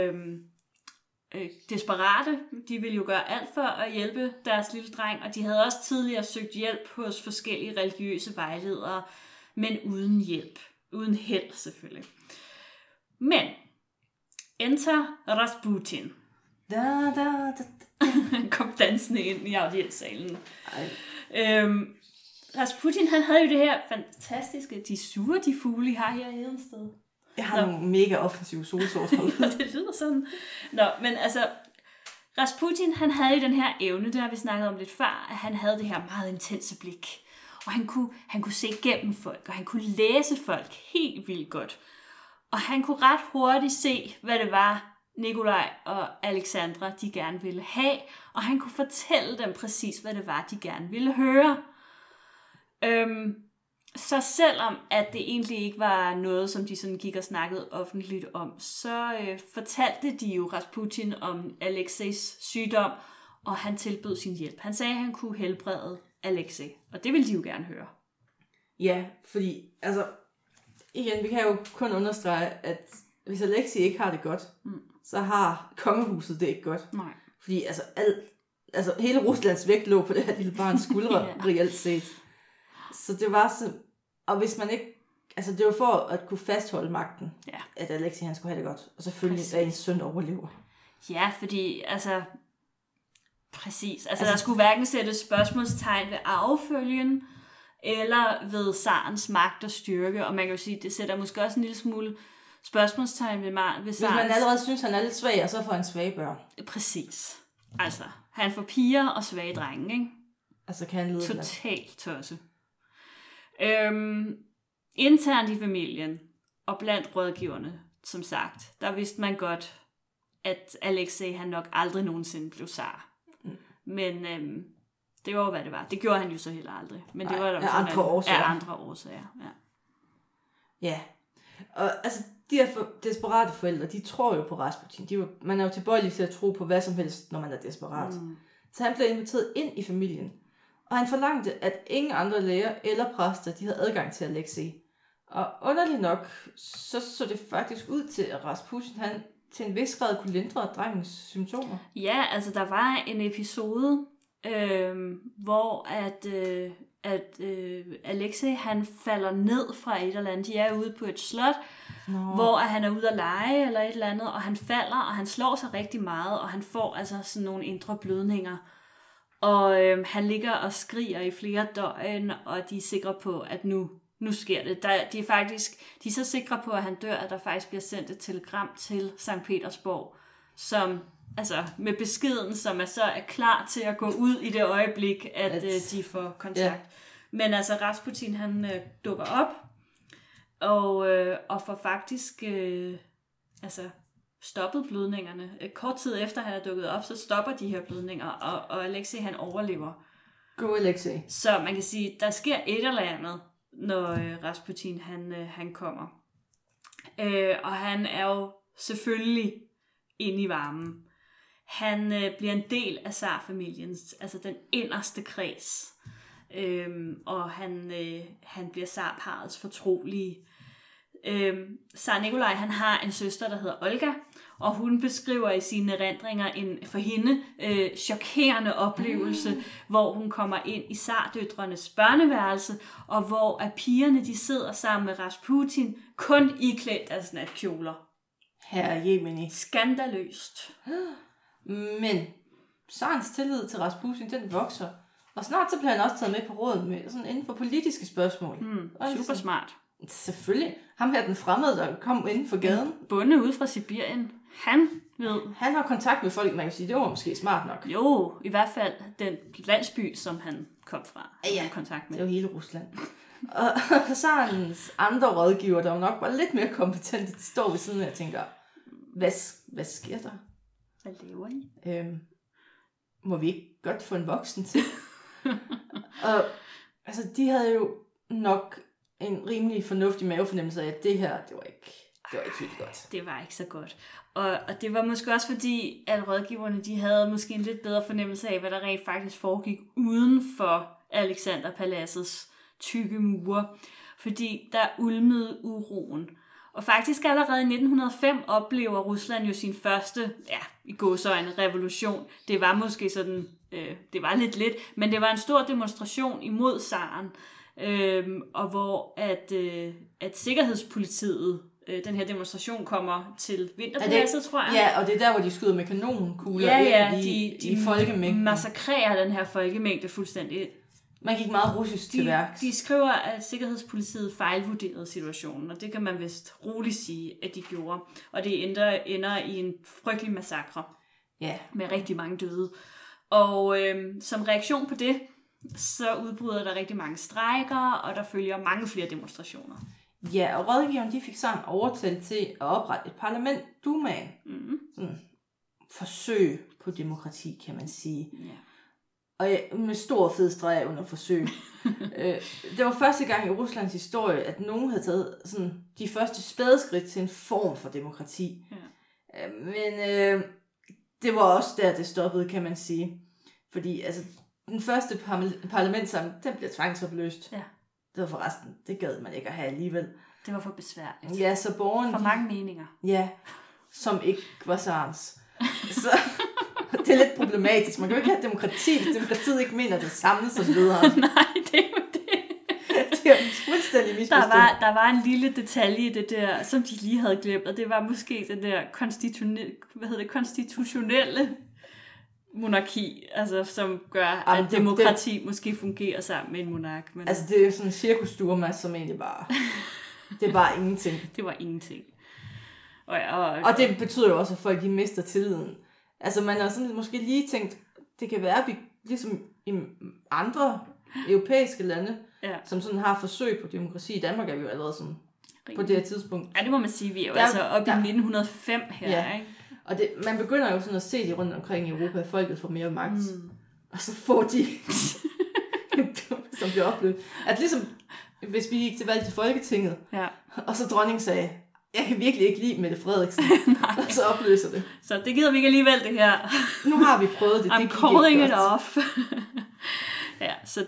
desperate. De ville jo gøre alt for at hjælpe deres lille dreng, og de havde også tidligere søgt hjælp hos forskellige religiøse vejledere, men uden hjælp. Uden held, selvfølgelig. Men enter Rasputin. Han kom dansende ind i audienssalen. Rasputin, han havde jo det her fantastiske, de sure de fugle, I har her i Hedensted. Jeg har nogle mega offensive solsorter. Det lyder sådan. Nå, men altså, Rasputin, han havde jo den her evne, det har vi snakket om lidt før, at han havde det her meget intense blik. Og han kunne se gennem folk, og han kunne læse folk helt vildt godt. Og han kunne ret hurtigt se, hvad det var, Nikolaj og Alexandra, de gerne ville have. Og han kunne fortælle dem præcis, hvad det var, de gerne ville høre. Så selvom at det egentlig ikke var noget, som de sådan gik og snakkede offentligt om, så fortalte de jo Rasputin om Alexejs sygdom, og han tilbød sin hjælp. Han sagde, at han kunne helbrede Alexej, og det ville de jo gerne høre. Ja, fordi, altså, igen, vi kan jo kun understrege, at hvis Alexej ikke har det godt, så har kongehuset det ikke godt. Nej. Fordi, altså, hele Ruslands vægt lå på det her lille barns skuldre, reelt set. Så det var så, og hvis man ikke, altså det var for at kunne fastholde magten, at Alexej han skulle have det godt, og selvfølgelig at ens søn overlever. Ja, fordi, altså, præcis, altså der skulle hverken sættes spørgsmålstegn ved arvefølgen, eller ved zarens magt og styrke, og man kan jo sige, det sætter måske også en lille smule spørgsmålstegn ved zarens... Hvis man allerede synes, han er lidt svag, og så får han svage børn. Præcis. Altså, han får piger og svage drenge, ikke? Altså kan han lide totalt tosse. Internt i familien og blandt rådgiverne, som sagt, der vidste man godt, at Alexej han nok aldrig nogensinde blev zar. Men det var hvad det var. Det gjorde han jo så heller aldrig. Men det var der andre årsager. Ja. Og altså, de her desperate forældre, de tror jo på Rasputin. Man er jo tilbøjelig til at tro på hvad som helst, når man er desperat. Så han blev inviteret ind i familien. Og han forlangte, at ingen andre læger eller præster, de havde adgang til Alexej. Og underligt nok, så det faktisk ud til, at Rasputin, han til en vis grad kunne lindre drengens symptomer. Ja, altså der var en episode, hvor at Alexej, han falder ned fra et eller andet. De er ude på et slot, hvor han er ude at lege eller et eller andet, og han falder, og han slår sig rigtig meget, og han får altså sådan nogle indre blødninger. Og han ligger og skriger i flere døgn, og de er sikre på, at nu sker det. De er så sikre på, at han dør, at der faktisk bliver sendt et telegram til Sankt Petersborg, som, altså med beskeden, som så er klar til at gå ud i det øjeblik, at de får kontakt. Yeah. Men altså Rasputin, han dukker op, og får faktisk stoppet blødningerne. Kort tid efter han er dukket op, så stopper de her blødninger, og Alexej han overlever. God Alexej. Så man kan sige, der sker et eller andet, når Rasputin han kommer. Og han er jo selvfølgelig inde i varmen. Han bliver en del af zarfamiliens, altså den inderste kreds. Og han bliver zarparrets fortrolige. Tsar Nikolaj, han har en søster, der hedder Olga, og hun beskriver i sine erindringer en for hende chokerende oplevelse, hvor hun kommer ind i zardøtrenes børneværelse, og hvor at pigerne de sidder sammen med Rasputin, kun iklædt af natkjoler. Herre Jemini. Skandaløst. Men zarens tillid til Rasputin, den vokser, og snart så bliver han også taget med på råd med sådan inden for politiske spørgsmål. Super smart. Selvfølgelig. Ham her den fremmede, der kom inden for gaden. Bonde ude fra Sibirien. Han har kontakt med folk, man kan sige, det var måske smart nok. Jo, i hvert fald den landsby, som han kom fra. Ja, kontakt med. Det er jo hele Rusland. Og så er hans andre rådgiver, der jo nok var lidt mere kompetente, de står ved siden af og tænker, hvad sker der? Hvad laver I? Må vi ikke godt få en voksen til? Og altså, de havde jo nok en rimelig fornuftig mavefornemmelse af, at det her, det var ikke helt godt. Det var ikke så godt. Og det var måske også fordi, at rådgiverne, de havde måske en lidt bedre fornemmelse af, hvad der rent faktisk foregik uden for Alexanderpaladsets tykke mure. Fordi der ulmede uroen. Og faktisk allerede i 1905 oplever Rusland jo sin første, i gåseøjne, revolution. Det var måske sådan, det var lidt, men det var en stor demonstration imod zaren. Og hvor at sikkerhedspolitiet, den her demonstration kommer til Vinterpaladset, tror jeg. Ja, og det er der, hvor de skyder med kanonkugler i folkemængden. Massakrerer den her folkemængde fuldstændig. Man gik meget russisk til værks. De skriver, at sikkerhedspolitiet fejlvurderede situationen, og det kan man vist roligt sige, at de gjorde. Og det ender i en frygtelig massakre med rigtig mange døde. Og som reaktion på det, så udbryder der rigtig mange strejker, og der følger mange flere demonstrationer. Ja, og rådgiverne de fik sammen overtalt til at oprette et parlament, Dumaen. Sådan forsøg på demokrati, kan man sige. Ja. Og med stor fed streg under forsøg. Det var første gang i Ruslands historie, at nogen havde taget sådan, de første spædeskridt til en form for demokrati. Ja. Men det var også der, det stoppede, kan man sige. Fordi altså, den første parlamentssamling, den blev tvangsopløst. Ja. Det var forresten, det gad man ikke at have alligevel. Det var for besværligt. Ja, så borgerne... For mange meninger. Ja, som ikke var zarens. Så det er lidt problematisk. Man kan jo ikke have demokrati, hvis demokratiet ikke mener det samme som lederen. Nej, det er jo det. Det er fuldstændig misforstået. Der var en lille detalje i det der, som de lige havde glemt, og det var måske den der konstitutionelle monarki, altså som gør, at demokrati måske fungerer sammen med en monark. Men... Altså det er jo sådan en cirkusturma, som egentlig bare... Det var ingenting. Det var ingenting. Og det betyder jo også, at folk de mister tilliden. Altså man har sådan måske lige tænkt, det kan være, at vi ligesom i andre europæiske lande, som sådan har forsøg på demokrati. I Danmark er vi jo allerede sådan på det her tidspunkt. Ja, det må man sige. Vi er jo altså oppe i 1905 her, ikke? Og man begynder jo sådan at se det rundt omkring i Europa, at folket får mere magt. Og så får de, som bliver oplevet, at ligesom hvis vi gik til valg til Folketinget, og så dronningen sagde, jeg kan virkelig ikke lide Mette Frederiksen, og så opløser det. Så det gider vi ikke alligevel, det her. Nu har vi prøvet det. I'm calling it off. Ja, så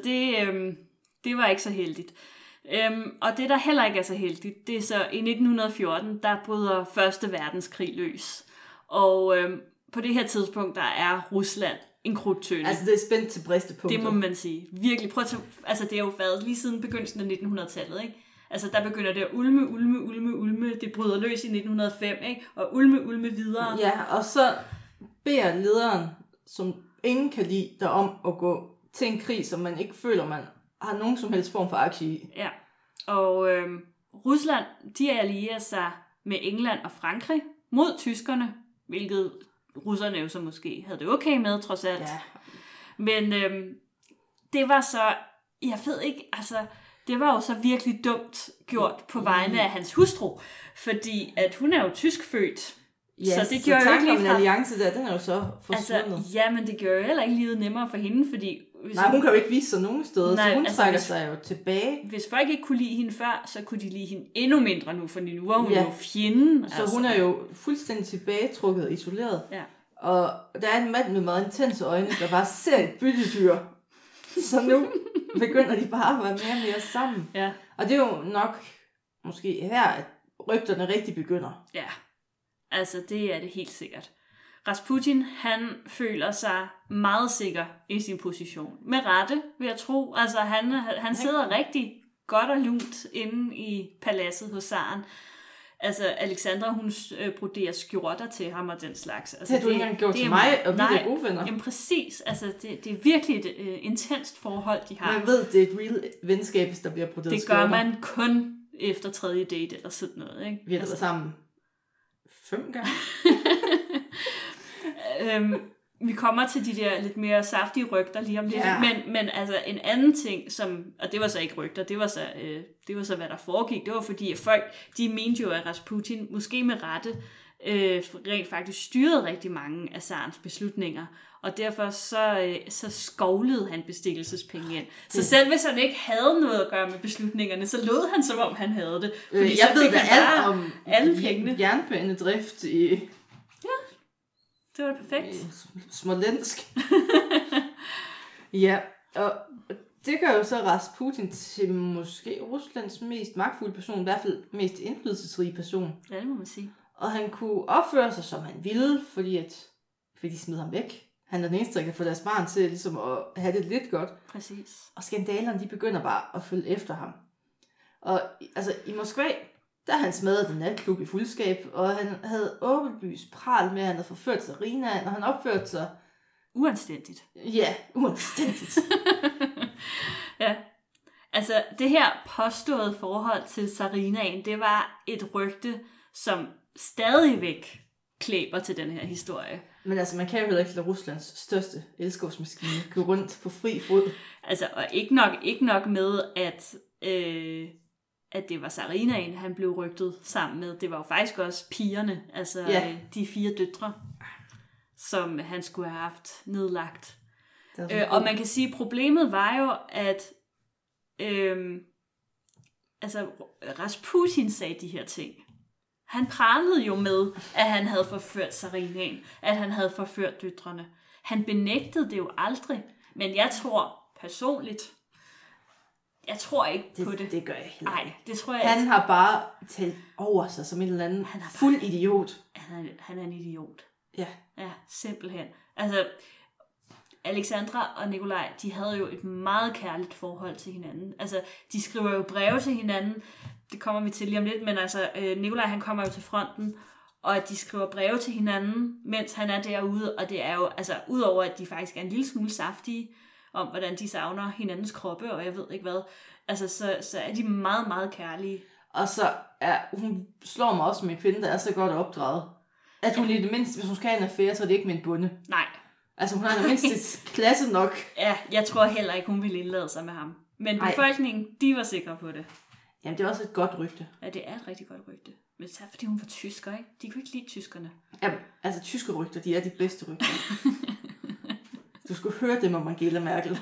det var ikke så heldigt. Og det, der heller ikke er så heldigt, det er så i 1914, der bryder Første Verdenskrig løs. Og på det her tidspunkt, der er Rusland en krudtønde. Altså det er spændt til bristepunkter. Det må man sige. Virkelig. Prøv at altså det har jo været lige siden begyndelsen af 1900-tallet, ikke? Altså der begynder det at ulme. Det bryder løs i 1905, ikke? Og ulme videre. Ja, og så beder lederen, som ingen kan lide, der om at gå til en krig, som man ikke føler, man har nogen som helst form for aktie i. Ja, og Rusland, de allierer sig med England og Frankrig mod tyskerne, hvilket russerne jo så måske havde det okay med, trods alt. Ja. Men det var så, jeg ved ikke, altså, det var jo så virkelig dumt gjort på vegne af hans hustru, fordi at hun er jo tyskfødt. Ja, så det gjorde jo ikke lige fra... alliance der, den er jo så forsvundet. Altså, ja, men det gør jo heller ikke livet nemmere for hende, fordi... hun kan jo ikke vise sig nogen steder, så hun trækker sig jo tilbage. Hvis folk ikke kunne lide hende før, så kunne de lide hende endnu mindre nu, for nu var hun jo fjenden. Så hun er jo fuldstændig tilbagetrukket og isoleret. Ja. Og der er en mand med meget intense øjne, der bare ser et byttedyr. Så nu begynder de bare at være mere og mere sammen. Ja. Og det er jo nok måske her, at rygterne rigtig begynder. Ja, altså det er det helt sikkert. Rasputin, han føler sig meget sikker i sin position. Med rette, vil jeg tro. Altså han sidder rigtig godt og lunt inde i paladset hos zaren. Altså Alexandra, hun broderer skjorter til ham og den slags. Altså, det har du ikke engang gjort til mig, og vi er gode venner. Jamen præcis, altså det er virkelig et intenst forhold, de har. Man ved, det er et real venskab, hvis der bliver broderet skjorter. Det gør man kun efter tredje date eller sådan noget, ikke? Vi har været sammen 5 gange. Vi kommer til de der lidt mere saftige rygter lige om lidt, men altså en anden ting, som, og det var så ikke rygter, det var så hvad der foregik, det var fordi, at folk, de mente jo, at Rasputin, måske med rette, rent faktisk styrede rigtig mange af zarens beslutninger, og derfor så skovlede han bestikkelsespenge ind. Så selv hvis han ikke havde noget at gøre med beslutningerne, så lod han, som om han havde det. Fordi jeg ved da alt om alle pengene. Jernbanedrift i... Ja, det var perfekt. Smolensk. Ja, og det gør jo så Rasputin til måske Ruslands mest magtfulde person, i hvert fald mest indflydelsesrige person. Ja, det må man sige. Og han kunne opføre sig, som han ville, fordi de smed ham væk. Han er den eneste, der kan få deres barn til ligesom at have det lidt godt. Præcis. Og skandalerne, de begynder bare at følge efter ham. Og altså i Moskva, der han smadret den natklub i fuldskab, og han havde åbenlyst pral med, at han havde forført Tsarinaen, og han opførte sig... Uanstændigt. Ja, uanstændigt. Ja. Altså, det her påståede forhold til Tsarinaen, det var et rygte, som stadigvæk klæber til den her historie. Men altså, man kan jo heller ikke lade Ruslands største elskovsmaskine gå rundt på fri fod. Altså, og ikke nok med, at det var Tsarinaen, han blev rygtet sammen med. Det var jo faktisk også pigerne, altså de 4 døtre, som han skulle have haft nedlagt. Og man kan sige, at problemet var jo, at Rasputin sagde de her ting. Han pralede jo med, at han havde forført Tsarinaen, at han havde forført døtrene. Han benægtede det jo aldrig, men jeg tror personligt, jeg tror ikke på det. Det gør jeg heller ikke. Nej, det tror jeg Han har bare talt over sig som en eller anden fuld idiot. Han er en idiot. Ja. Ja, simpelthen. Altså, Alexandra og Nikolaj, de havde jo et meget kærligt forhold til hinanden. Altså, de skriver jo breve til hinanden. Det kommer vi til lige om lidt, men altså, Nikolaj han kommer jo til fronten, og at de skriver breve til hinanden, mens han er derude, og det er jo, altså, udover at de faktisk er en lille smule saftige, om hvordan de savner hinandens kroppe, og jeg ved ikke hvad, altså, så er de meget, meget kærlige. Og så hun slår mig også som en kvinde, der er så godt opdraget, at hun i det mindste, hvis hun skal have en affære, så er det ikke med en bonde. Nej. Altså, hun har i det mindste klasse nok. Ja, jeg tror heller ikke, hun ville indlade sig med ham. Men befolkningen, de var sikre på det. Jamen, det er også et godt rygte. Ja, det er et rigtig godt rygte. Men det er fordi, hun var tysker, ikke? De kunne ikke lide tyskerne. Ja, altså, tyske rygter, de er de bedste rygter. Du skulle høre dem om Angela Merkel.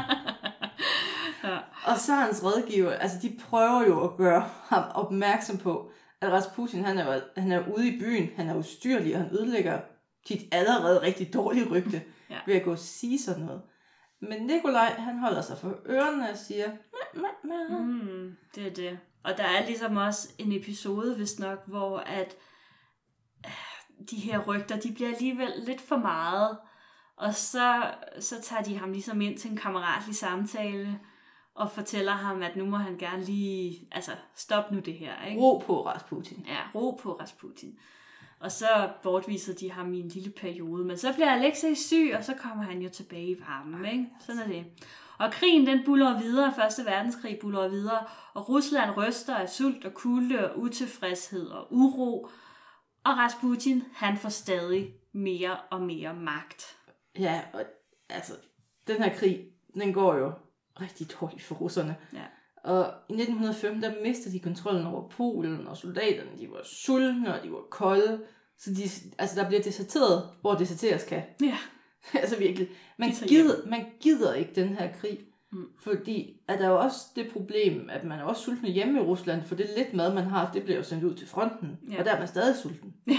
Ja. Og så hans rådgiver, altså de prøver jo at gøre ham opmærksom på, at Rasputin, han er ude i byen, han er ustyrlig, og han ødelægger dit allerede rigtig dårlige rygte ved at gå og sige sådan noget. Men Nikolaj, han holder sig for ørerne og siger, det er det. Og der er ligesom også en episode, vist nok, hvor at de her rygter, de bliver alligevel lidt for meget. Og så tager de ham ligesom ind til en kammeratlig samtale, og fortæller ham, at nu må han gerne lige, altså stop nu det her, ikke? Ro på Rasputin. Ja, ro på Rasputin. Og så bortviser de ham i en lille periode, men så bliver Alexei syg, og så kommer han jo tilbage i varmen, ikke? Sådan er det. Og krigen, den buller videre, Første Verdenskrig buller videre, og Rusland ryster af sult og kulde og utilfredshed og uro, og Rasputin, han får stadig mere og mere magt. Ja, og altså, den her krig, den går jo rigtig dårligt for russerne. Ja. Og i 1915, der mistede de kontrollen over Polen, og soldaterne, de var sultne, og de var kolde. Så der bliver deserteret, hvor deserteres kan. Ja. Altså virkelig. Man gider ikke den her krig. Fordi at der er jo også det problem, at man er også sulten hjemme i Rusland, for det lidt mad, man har, det bliver jo sendt ud til fronten. Ja. Og der er man stadig sulten. Ja.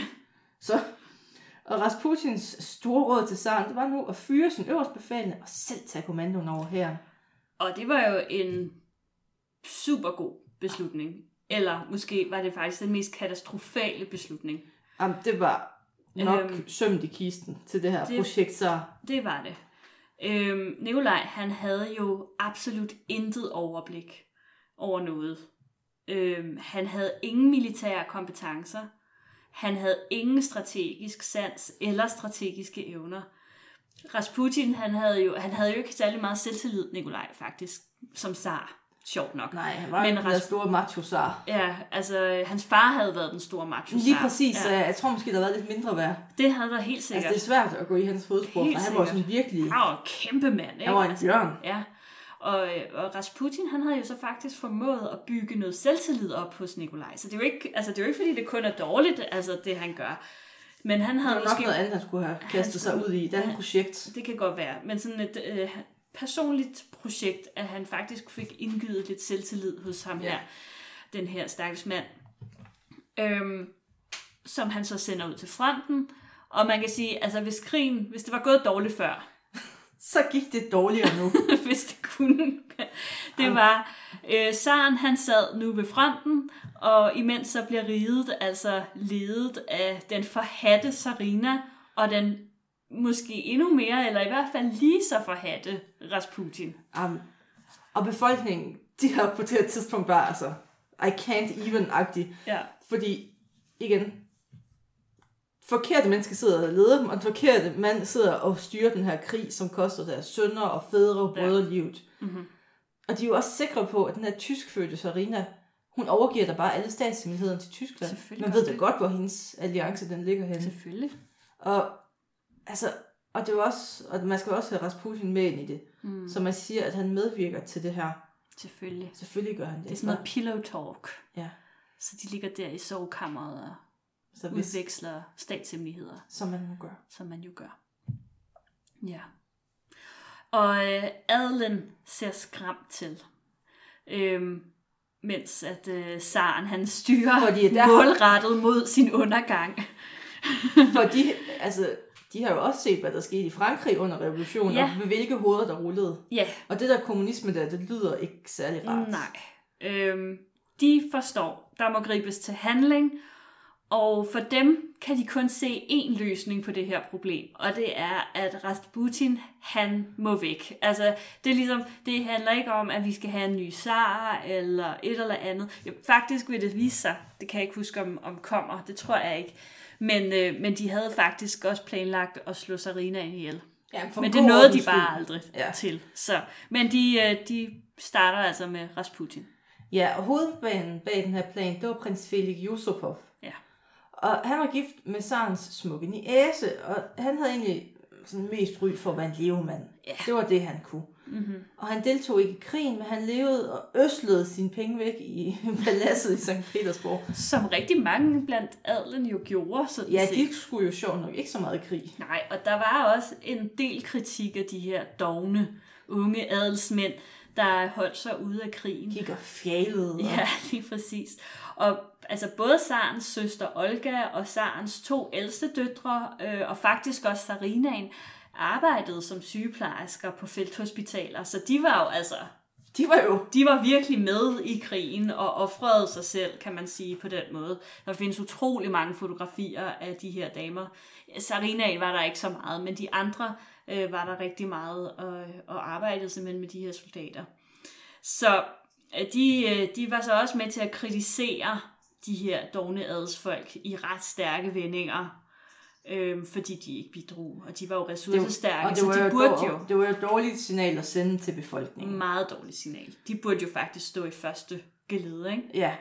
Og Rasputins store råd til zaren, det var nu at fyre sin øverstbefalende og selv tage kommandoen over hæren. Og det var jo en super god beslutning. Eller måske var det faktisk den mest katastrofale beslutning. Jamen, det var nok sømt i kisten til det her projekt, så... Det var det. Nikolaj, han havde jo absolut intet overblik over noget. Han havde ingen militære kompetencer. Han havde ingen strategisk sans eller strategiske evner. Rasputin, han havde jo ikke særlig meget selvtillid, Nikolaj, faktisk, som zar. Sjovt nok. Nej, han var den store macho-zar. Ja, altså, hans far havde været den store macho-zar. Lige præcis, ja. Jeg tror måske, der havde været lidt mindre værd. Det havde der helt sikkert. Altså, det er svært at gå i hans fodspor, for han var sådan virkelig... Han var en kæmpe mand, ikke? Han var en bjørn. Ja, og Rasputin, han havde jo så faktisk formået at bygge noget selvtillid op hos Nikolaj. Så det er jo ikke fordi det kun er dårligt, altså det han gør. Men han havde det var nok noget andet, han skulle have kastet sig ud i, et projekt. Det kan godt være, men sådan et personligt projekt, at han faktisk fik indgydet lidt selvtillid hos ham her, den her stakkels mand, som han så sender ud til fronten. Og man kan sige, altså hvis det var gået dårligt før, så gik det dårligere nu. Hvis det kunne. Det var, zaren han sad nu ved fronten, og imens så bliver riget altså ledet af den forhatte Tsarina, og den måske endnu mere, eller i hvert fald lige så forhatte Rasputin. Og befolkningen, de har på det her tidspunkt bare, altså, I can't even-agtig. Ja. Fordi, igen, forkerte mennesker sidder og leder dem, og den forkerte mand sidder og styrer den her krig, som koster deres sønner og fædre og brødre livet. Mm-hmm. Og de er jo også sikre på, at den her tyskfødte Tsarina, hun overgiver der bare alle statshemmelighederne til Tyskland. Man ved da godt, hvor hendes alliance den ligger henne. Selvfølgelig. Og det er også, og man skal også have Rasputin med ind i det. Mm. Så man siger, at han medvirker til det her. Selvfølgelig gør han det. Det er sådan noget pillow talk. Ja. Så de ligger der i sovekammeret og udveksler statshemmeligheder. Som man jo gør. Ja. Og adelen ser skræmt til. Mens at zaren han styrer målrettet mod sin undergang. Fordi, altså, de har jo også set, hvad der skete i Frankrig under revolutionen, og med hvilke hoveder, der rullede. Ja. Og det der kommunisme der, det lyder ikke særlig rart. Nej. De forstår, der må gribes til handling, og for dem kan de kun se én løsning på det her problem, og det er, at Rasputin, han må væk. Altså, det er ligesom, det handler ikke om, at vi skal have en ny zar, eller et eller andet. Jo, faktisk vil det vise sig, det kan jeg ikke huske, om kommer, det tror jeg ikke. Men de havde faktisk også planlagt at slå Tsarinaen ihjel. Ja, men det nåede de bare aldrig til. Så, men de starter altså med Rasputin. Ja, og hovedbanen bag den her plan, det var prins Felix Yusupov. Ja. Og han var gift med zarens smukke niece, og han havde egentlig sådan mest ry for at være en levemand. Ja. Det var det, han kunne. Mm-hmm. Og han deltog ikke i krigen, men han levede og øslede sine penge væk i paladset i Sankt Petersborg. Som rigtig mange blandt adelen jo gjorde. Sådan ja, de skulle jo sjovt nok ikke så meget i krig. Nej, og der var også en del kritik af de her dovne unge adelsmænd, der holdt sig ude af krigen. Kigger fjælede. Ja, lige præcis. Og altså både zarens søster Olga og zarens 2 ældste døtre, og faktisk også Tsarinaen, arbejdede som sygeplejersker på felthospitaler. Så de var jo altså... De var virkelig med i krigen og ofrede sig selv, kan man sige på den måde. Der findes utrolig mange fotografier af de her damer. Tsarinaen var der ikke så meget, men de andre var der rigtig meget og arbejdede simpelthen med de her soldater. Så de var så også med til at kritisere de her dovne adelsfolk i ret stærke vendinger, fordi de ikke bidrog, og de var jo ressourcestærke, så de burde jo... Det var jo et dårligt signal at sende til befolkningen. Meget dårligt signal. De burde jo faktisk stå i første gelede, ikke? Ja.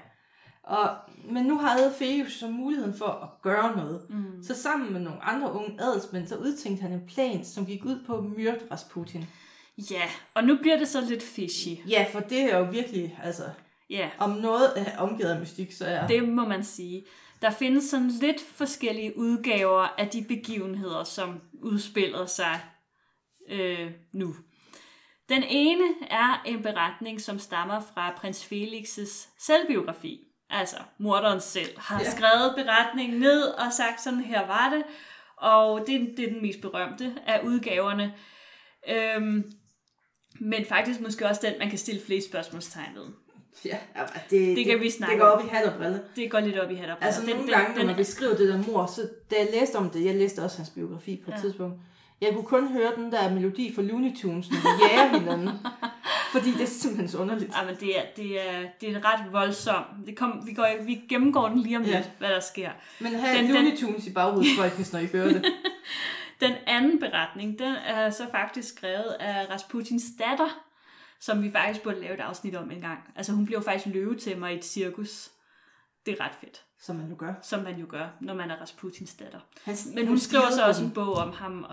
Men nu havde Felix så muligheden for at gøre noget. Mm. Så sammen med nogle andre unge adelsmænd, så udtænkte han en plan, som gik ud på at myrde Rasputin. Ja, og nu bliver det så lidt fishy. Ja, for det er jo virkelig, altså... Ja. Om noget er omgivet af mystik, så er... Det må man sige. Der findes sådan lidt forskellige udgaver af de begivenheder, som udspiller sig nu. Den ene er en beretning, som stammer fra prins Felix' selvbiografi. Altså, morderen selv har skrevet beretningen ned og sagt, sådan her var det. Og det er den mest berømte af udgaverne. Men faktisk måske også den, man kan stille flere spørgsmålstegn ved. Ja, det kan vi snakke om. Det går op i hat og brille. Det går lidt op i hat og brille. Altså nogle gange, når man beskriver det der mord, så da jeg læste om det, jeg læste også hans biografi på et tidspunkt, jeg kunne kun høre den der melodi fra Looney Tunes, når de jager hinanden. Fordi det er simpelthen så underligt. Ja, men det er ret voldsomt. Vi gennemgår den lige om lidt, hvad der sker. Men have Looney Tunes i baghovedet, folkens, når I hører det. Den anden beretning, den er så faktisk skrevet af Rasputins datter, som vi faktisk burde lave et afsnit om en gang. Altså hun blev faktisk løvetæmmer i et cirkus. Det er ret fedt. Som man jo gør, når man er Rasputins datter. Men hun skriver så også en bog om ham,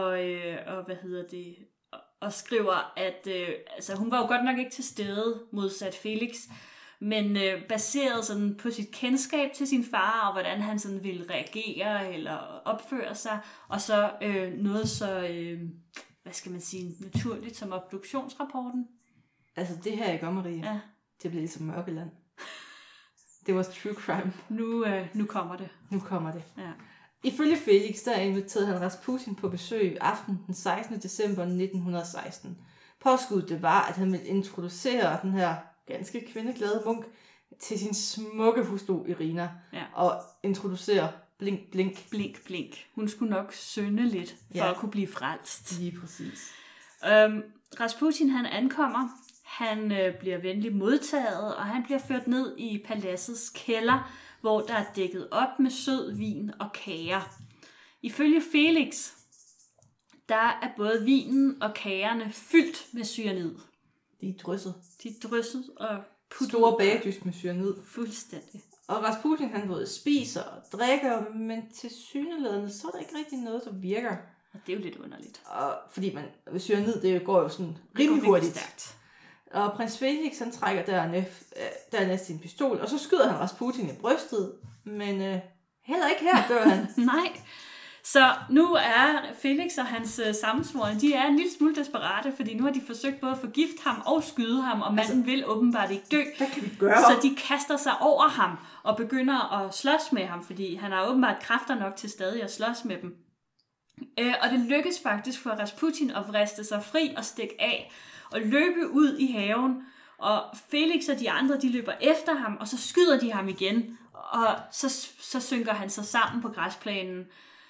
og skriver, at altså, hun var jo godt nok ikke til stede modsat Felix, men baseret sådan på sit kendskab til sin far, og hvordan han sådan ville reagere eller opføre sig, og så noget så, hvad skal man sige, naturligt som obduktionsrapporten. Altså det her, ikke om, Maria? Ja. Det bliver ligesom Mørkeland. Det var true crime. Nu kommer det. Nu kommer det. Ja. Ifølge Felix, der inviterede han Rasputin på besøg aften den 16. december 1916. Påskuddet det var, at han ville introducere den her ganske kvindeglade munk til sin smukke hustru Irina. Ja. Og introducere blink, blink. Blink, blink. Hun skulle nok synde lidt for at kunne blive frelst. Lige præcis. Rasputin han ankommer. Han bliver venligt modtaget, og han bliver ført ned i paladsets kælder, hvor der er dækket op med sød vin og kager. Ifølge Felix, der er både vinen og kagerne fyldt med cyanid. De er drysset og puttet. Store bagedyst med cyanid. Fuldstændig. Og Rasputin han både spiser og drikker, men til syneladende, så er der ikke rigtig noget, der virker. Og det er jo lidt underligt. Og fordi cyanid, det går jo sådan rimelig hurtigt. Stærkt. Og prins Felix, han trækker dernæst sin pistol, og så skyder han Rasputin i brystet, men heller ikke her dør han. Nej. Så nu er Felix og hans sammensvorne, de er en lille smule desperate, fordi nu har de forsøgt både at forgifte ham og skyde ham, og manden vil åbenbart ikke dø. Hvad kan vi gøre? Så de kaster sig over ham og begynder at slås med ham, fordi han har åbenbart kræfter nok til stadig at slås med dem. Og det lykkes faktisk for Rasputin at vriste sig fri og stikke af og løbe ud i haven. Og Felix og de andre, de løber efter ham, og så skyder de ham igen. Og så synker han sig sammen på græsplænen,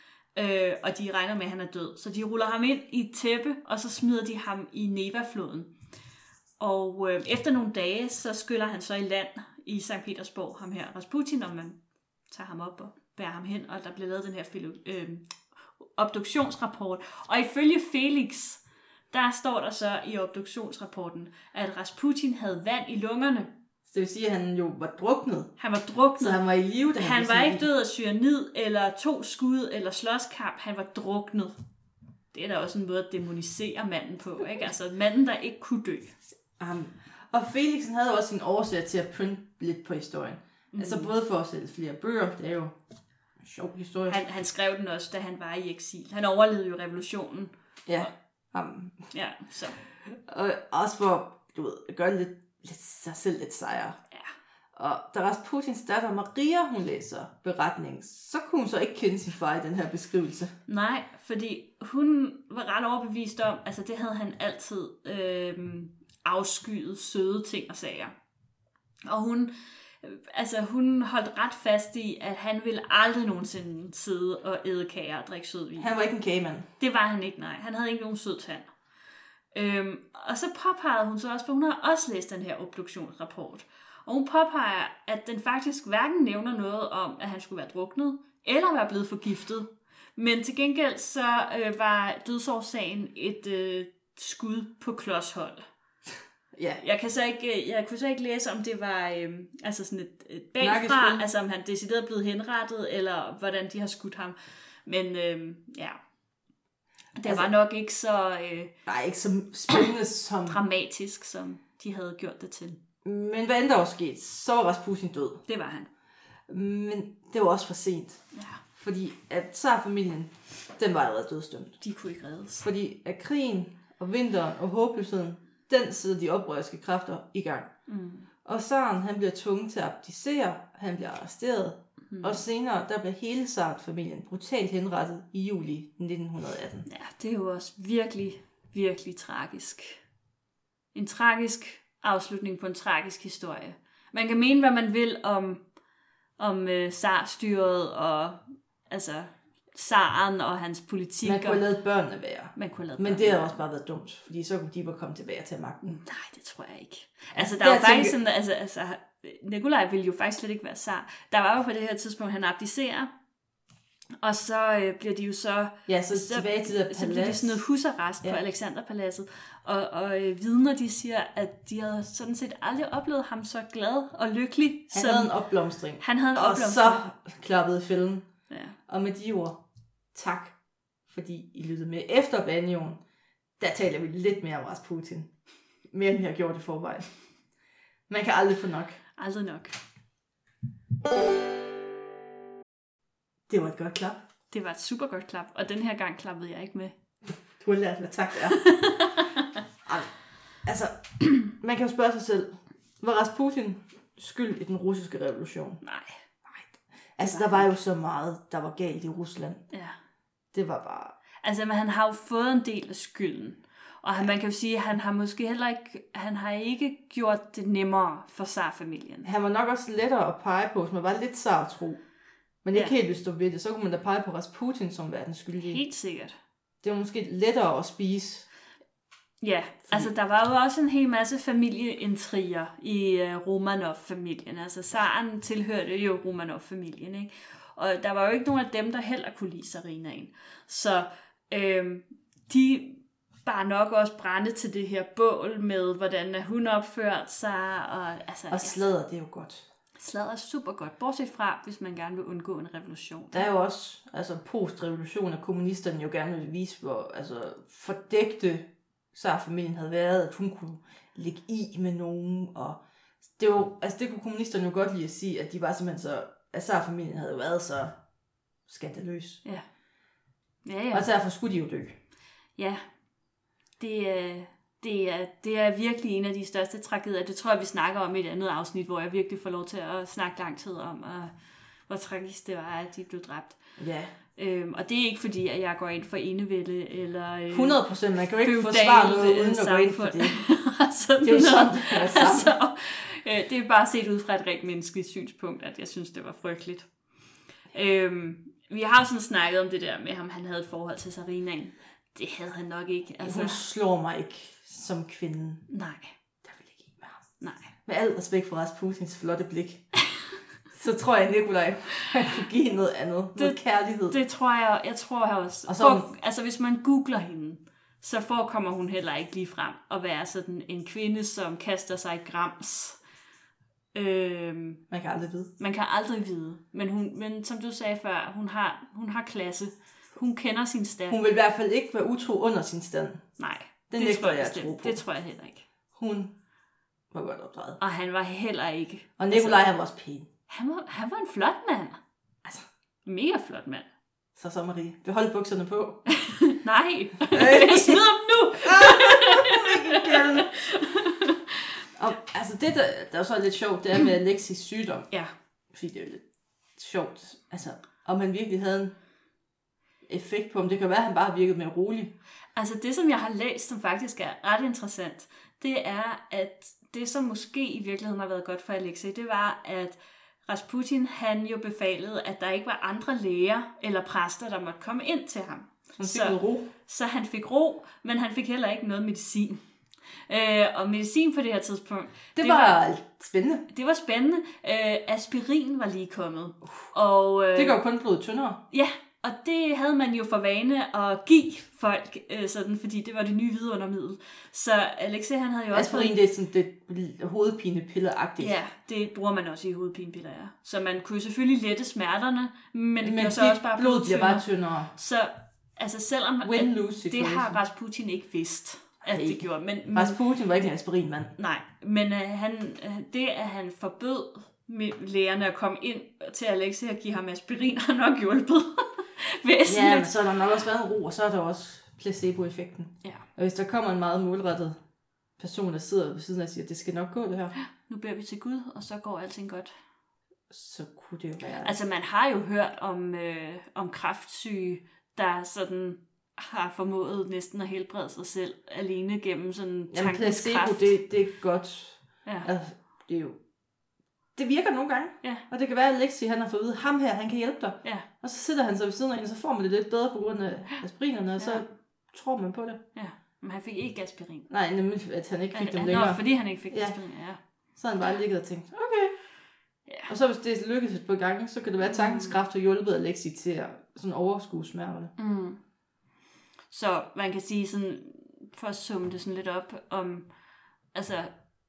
og de regner med, at han er død. Så de ruller ham ind i et tæppe, og så smider de ham i Neva-floden. Og efter nogle dage, så skyller han så i land i St. Petersborg, ham her Rasputin, og man tager ham op og bærer ham hen, og der bliver lavet den her obduktionsrapport. Og ifølge Felix, der står der så i obduktionsrapporten, at Rasputin havde vand i lungerne. Så det vil sige, at han jo var druknet. Han var druknet. Så han var i live, da han var ikke død af cyanid, eller 2 skud, eller slåskamp. Han var druknet. Det er da også en måde at dæmonisere manden på, ikke? Altså manden, der ikke kunne dø. Og Felix havde også en årsag til at pynte lidt på historien. Altså både for at sælge flere bøger, det er jo en sjov historie. Han skrev den også, da han var i eksil. Han overlevede jo revolutionen. Ja. Ja, så. Og også for, du ved, at gøre lidt sig selv lidt sejre. Ja. Og da Rasputins datter Maria, hun læser beretningen, så kunne hun så ikke kende sin far i den her beskrivelse. Nej, fordi hun var ret overbevist om, altså det havde han altid afskyet søde ting og sager. Og hun holdt ret fast i, at han ville aldrig nogensinde sidde og æde kager og drikke sødvin. Han var ikke en kagemand. Det var han ikke, nej. Han havde ikke nogen sød tand. Og så påpegede hun så også, for hun har også læst den her obduktionsrapport. Og hun påpeger, at den faktisk hverken nævner noget om, at han skulle være druknet, eller være blevet forgiftet. Men til gengæld så var dødsårsagen et skud på klodshold. Ja. Jeg kunne så ikke læse, om det var altså sådan et bagfra, altså om han decideret blevet henrettet, eller hvordan de har skudt ham. Men ja, det var nok ikke så ikke så spændende som dramatisk, som de havde gjort det til. Men hvad end der var sket, så var Rasputin død. Det var han. Men det var også for sent. Ja. Fordi at tsarfamilien, den var allerede dødsdømt. De kunne ikke reddes. Fordi at krigen og vinteren og håbløsheden, den sætter de oprørske kræfter i gang. Og tsaren, han bliver tvunget til at abdicere, han bliver arresteret, og senere, der bliver hele tsarfamilien brutalt henrettet i juli 1918. Ja, det er jo også virkelig, virkelig tragisk. En tragisk afslutning på en tragisk historie. Man kan mene, hvad man vil om tsarstyret og altså tsaren og hans politik. Man kunne have lavet børnene være. Men det har også bare været dumt, fordi så kunne de bare komme tilbage til magten. Nej, det tror jeg ikke. Altså, der er jo faktisk sådan, altså Nikolaj ville jo faktisk slet ikke være tsar. Der var jo på det her tidspunkt, han abdicerer, og så bliver de jo så tilbage til det palads. Så bliver de sådan noget husarrest på Alexanderpaladset, og vidner, de siger, at de havde sådan set aldrig oplevet ham så glad og lykkelig. Han havde en opblomstring. Og så klappede fælden. Ja. Og med de ord, tak, fordi I lyttede med. Efter Banjoen, der taler vi lidt mere om Rasputin. Mere end vi har gjort i forvejen. Man kan aldrig få nok. Aldrig nok. Det var et godt klap. Det var et super godt klap, og den her gang klappede jeg ikke med. Du har lært, hvad tak er. Altså, man kan jo spørge sig selv, var Rasputin skyld i den russiske revolution? Nej. Altså, der var jo så meget, der var galt i Rusland. Ja. Det var bare... Altså, men han har jo fået en del af skylden. Og man kan jo sige, at han har måske heller ikke... Han har ikke gjort det nemmere for tsarfamilien. Han var nok også lettere at pege på, hvis man var lidt tsartro. Men ikke helt vil stå ved det. Så kunne man da pege på Rasputin som verdens skyldige. Helt sikkert. Det var måske lettere at spise. Ja, altså der var jo også en hel masse familieintriger i Romanov-familien. Altså tsaren tilhørte jo Romanov-familien, ikke? Og der var jo ikke nogen af dem, der heller kunne lide Tsarinaen. Så de bare nok også brændte til det her bål med, hvordan hun opførte sig. Og sladder, det er jo godt. Sladder er super godt, bortset fra, hvis man gerne vil undgå en revolution. Der er jo også post-revolution, at kommunisterne jo gerne vil vise, hvor fordægte tsarfamilien havde været, at hun kunne ligge i med nogen, og det var, det kunne kommunisterne jo godt lide at sige, at de var simpelthen så, at tsarfamilien havde været så skandaløs. Ja. Ja. Og derfor skulle de jo dø. Ja, det er virkelig en af de største tragedier. Det tror jeg, vi snakker om i et andet afsnit, hvor jeg virkelig får lov til at snakke lang tid om, hvor tragisk det var, at de blev dræbt. Ja. Og det er ikke fordi, at jeg går ind for enevælde, eller 100%, man kan jo ikke forsvare noget, uden at gå ind for det. Det er jo sådan, det er sammen. Det er bare set ud fra et rent menneskeligt synspunkt, at jeg synes, det var frygteligt. Vi har sådan snakket om det der med ham, han havde et forhold til Sarinaen. Det havde han nok ikke. Altså, hun slår mig ikke som kvinde. Nej. Der vil ikke med ham. Nej. Med al respekt for Rasputins flotte blik, så tror jeg, Nikolaj han kunne give noget andet. Noget kærlighed. Det tror jeg tror jeg også. Og så, altså hvis man googler hende, så forekommer hun heller ikke lige frem at være sådan en kvinde, som kaster sig i grams. Man kan aldrig vide. Man kan aldrig vide. Men som du sagde før, hun har klasse. Hun kender sin stand. Hun vil i hvert fald ikke være utro under sin stand. Nej, det tror jeg at tro på. Det tror jeg heller ikke. Hun var godt opdraget. Og han var heller ikke. Og Nikolaj, han var også pæn. Han var en flot mand. Altså. Mega flot mand. Så Marie, behold bukserne på. Nej, jeg smider dem nu. Og altså det, der er så lidt sjovt, det er med Alexis sygdom. Ja. Fordi det er jo lidt sjovt. Altså, om han virkelig havde en effekt på ham. Det kan være, at han bare virkede mere rolig. Altså det, som jeg har læst, som faktisk er ret interessant, det er, at det, som måske i virkeligheden har været godt for Alexei, det var, at Rasputin, han jo befalede, at der ikke var andre læger eller præster, der måtte komme ind til ham. Så han fik ro, men han fik heller ikke noget medicin. Og medicin på det her tidspunkt... Det var spændende. Det var spændende. Aspirin var lige kommet. Og, det gør jo kun blodet tyndere. Ja, og det havde man jo for vane at give folk, sådan, fordi det var det nye vidundermiddel. Så Alexei, han havde jo også... Aspirin, det er sådan det hovedpinepiller-agtigt. Ja, det bruger man også i hovedpinepiller, ja. Så man kunne selvfølgelig lette smerterne, men det gør så også bare blodet bliver bare tyndere. Så altså selvom det har Rasputin ikke vidst, at det gjorde. Men Rasputin var ikke en aspirinmand. Nej, men det, at han forbød lægerne at komme ind til Alexei og give ham aspirin, har nok hjulpet væsentligt. Ja, men så har der nok også været en ro, og så er der også placebo-effekten. Ja. Og hvis der kommer en meget målrettet person, der sidder ved siden af og siger, det skal nok gå det her. Nu beder vi til Gud, og så går alting godt. Så kunne det jo være... Altså man har jo hørt om kræftsyge, der sådan har formået næsten at helbrede sig selv alene gennem sådan tankens placebo, kraft. det er godt. Ja. Altså, det er jo... Det virker nogle gange. Ja. Og det kan være, at Alexei, han har fået at vide, ham her, han kan hjælpe dig. Ja. Og så sidder han så ved siden af en, og så får man det lidt bedre på grund af aspirinerne, og så tror man på det. Ja, men han fik ikke aspirin. Nej, nemlig, at han ikke fik dem længere. Fordi han ikke fik aspirin, ja. Så han bare ligget og tænkt, okay. Ja. Og så hvis det lykkes et par gange, så kan det være, at tankens kraft har hjulpet Alexei til at sådan overskue smerterne. Mm. Så man kan sige sådan, for at summe det sådan lidt op, om, altså,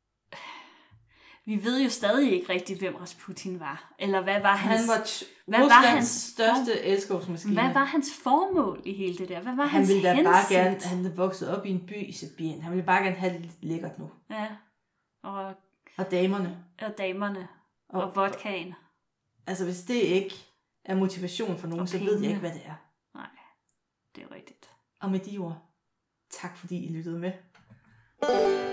vi ved jo stadig ikke rigtigt, hvem Rasputin var. Eller hvad var hans... Han var Ruslands største elskovsmaskine. Hvad var hans formål i hele det der? Hvad var han ville da bare gerne, han er vokset op i en by i Sibirien. Han ville bare gerne have det lidt lækkert nu. Ja. Og damerne. Og damerne. Og vodkaen. Altså hvis det ikke er motivation for nogen, så ved jeg ikke, hvad det er. Nej, det er rigtigt. Og med de ord, tak fordi I lyttede med.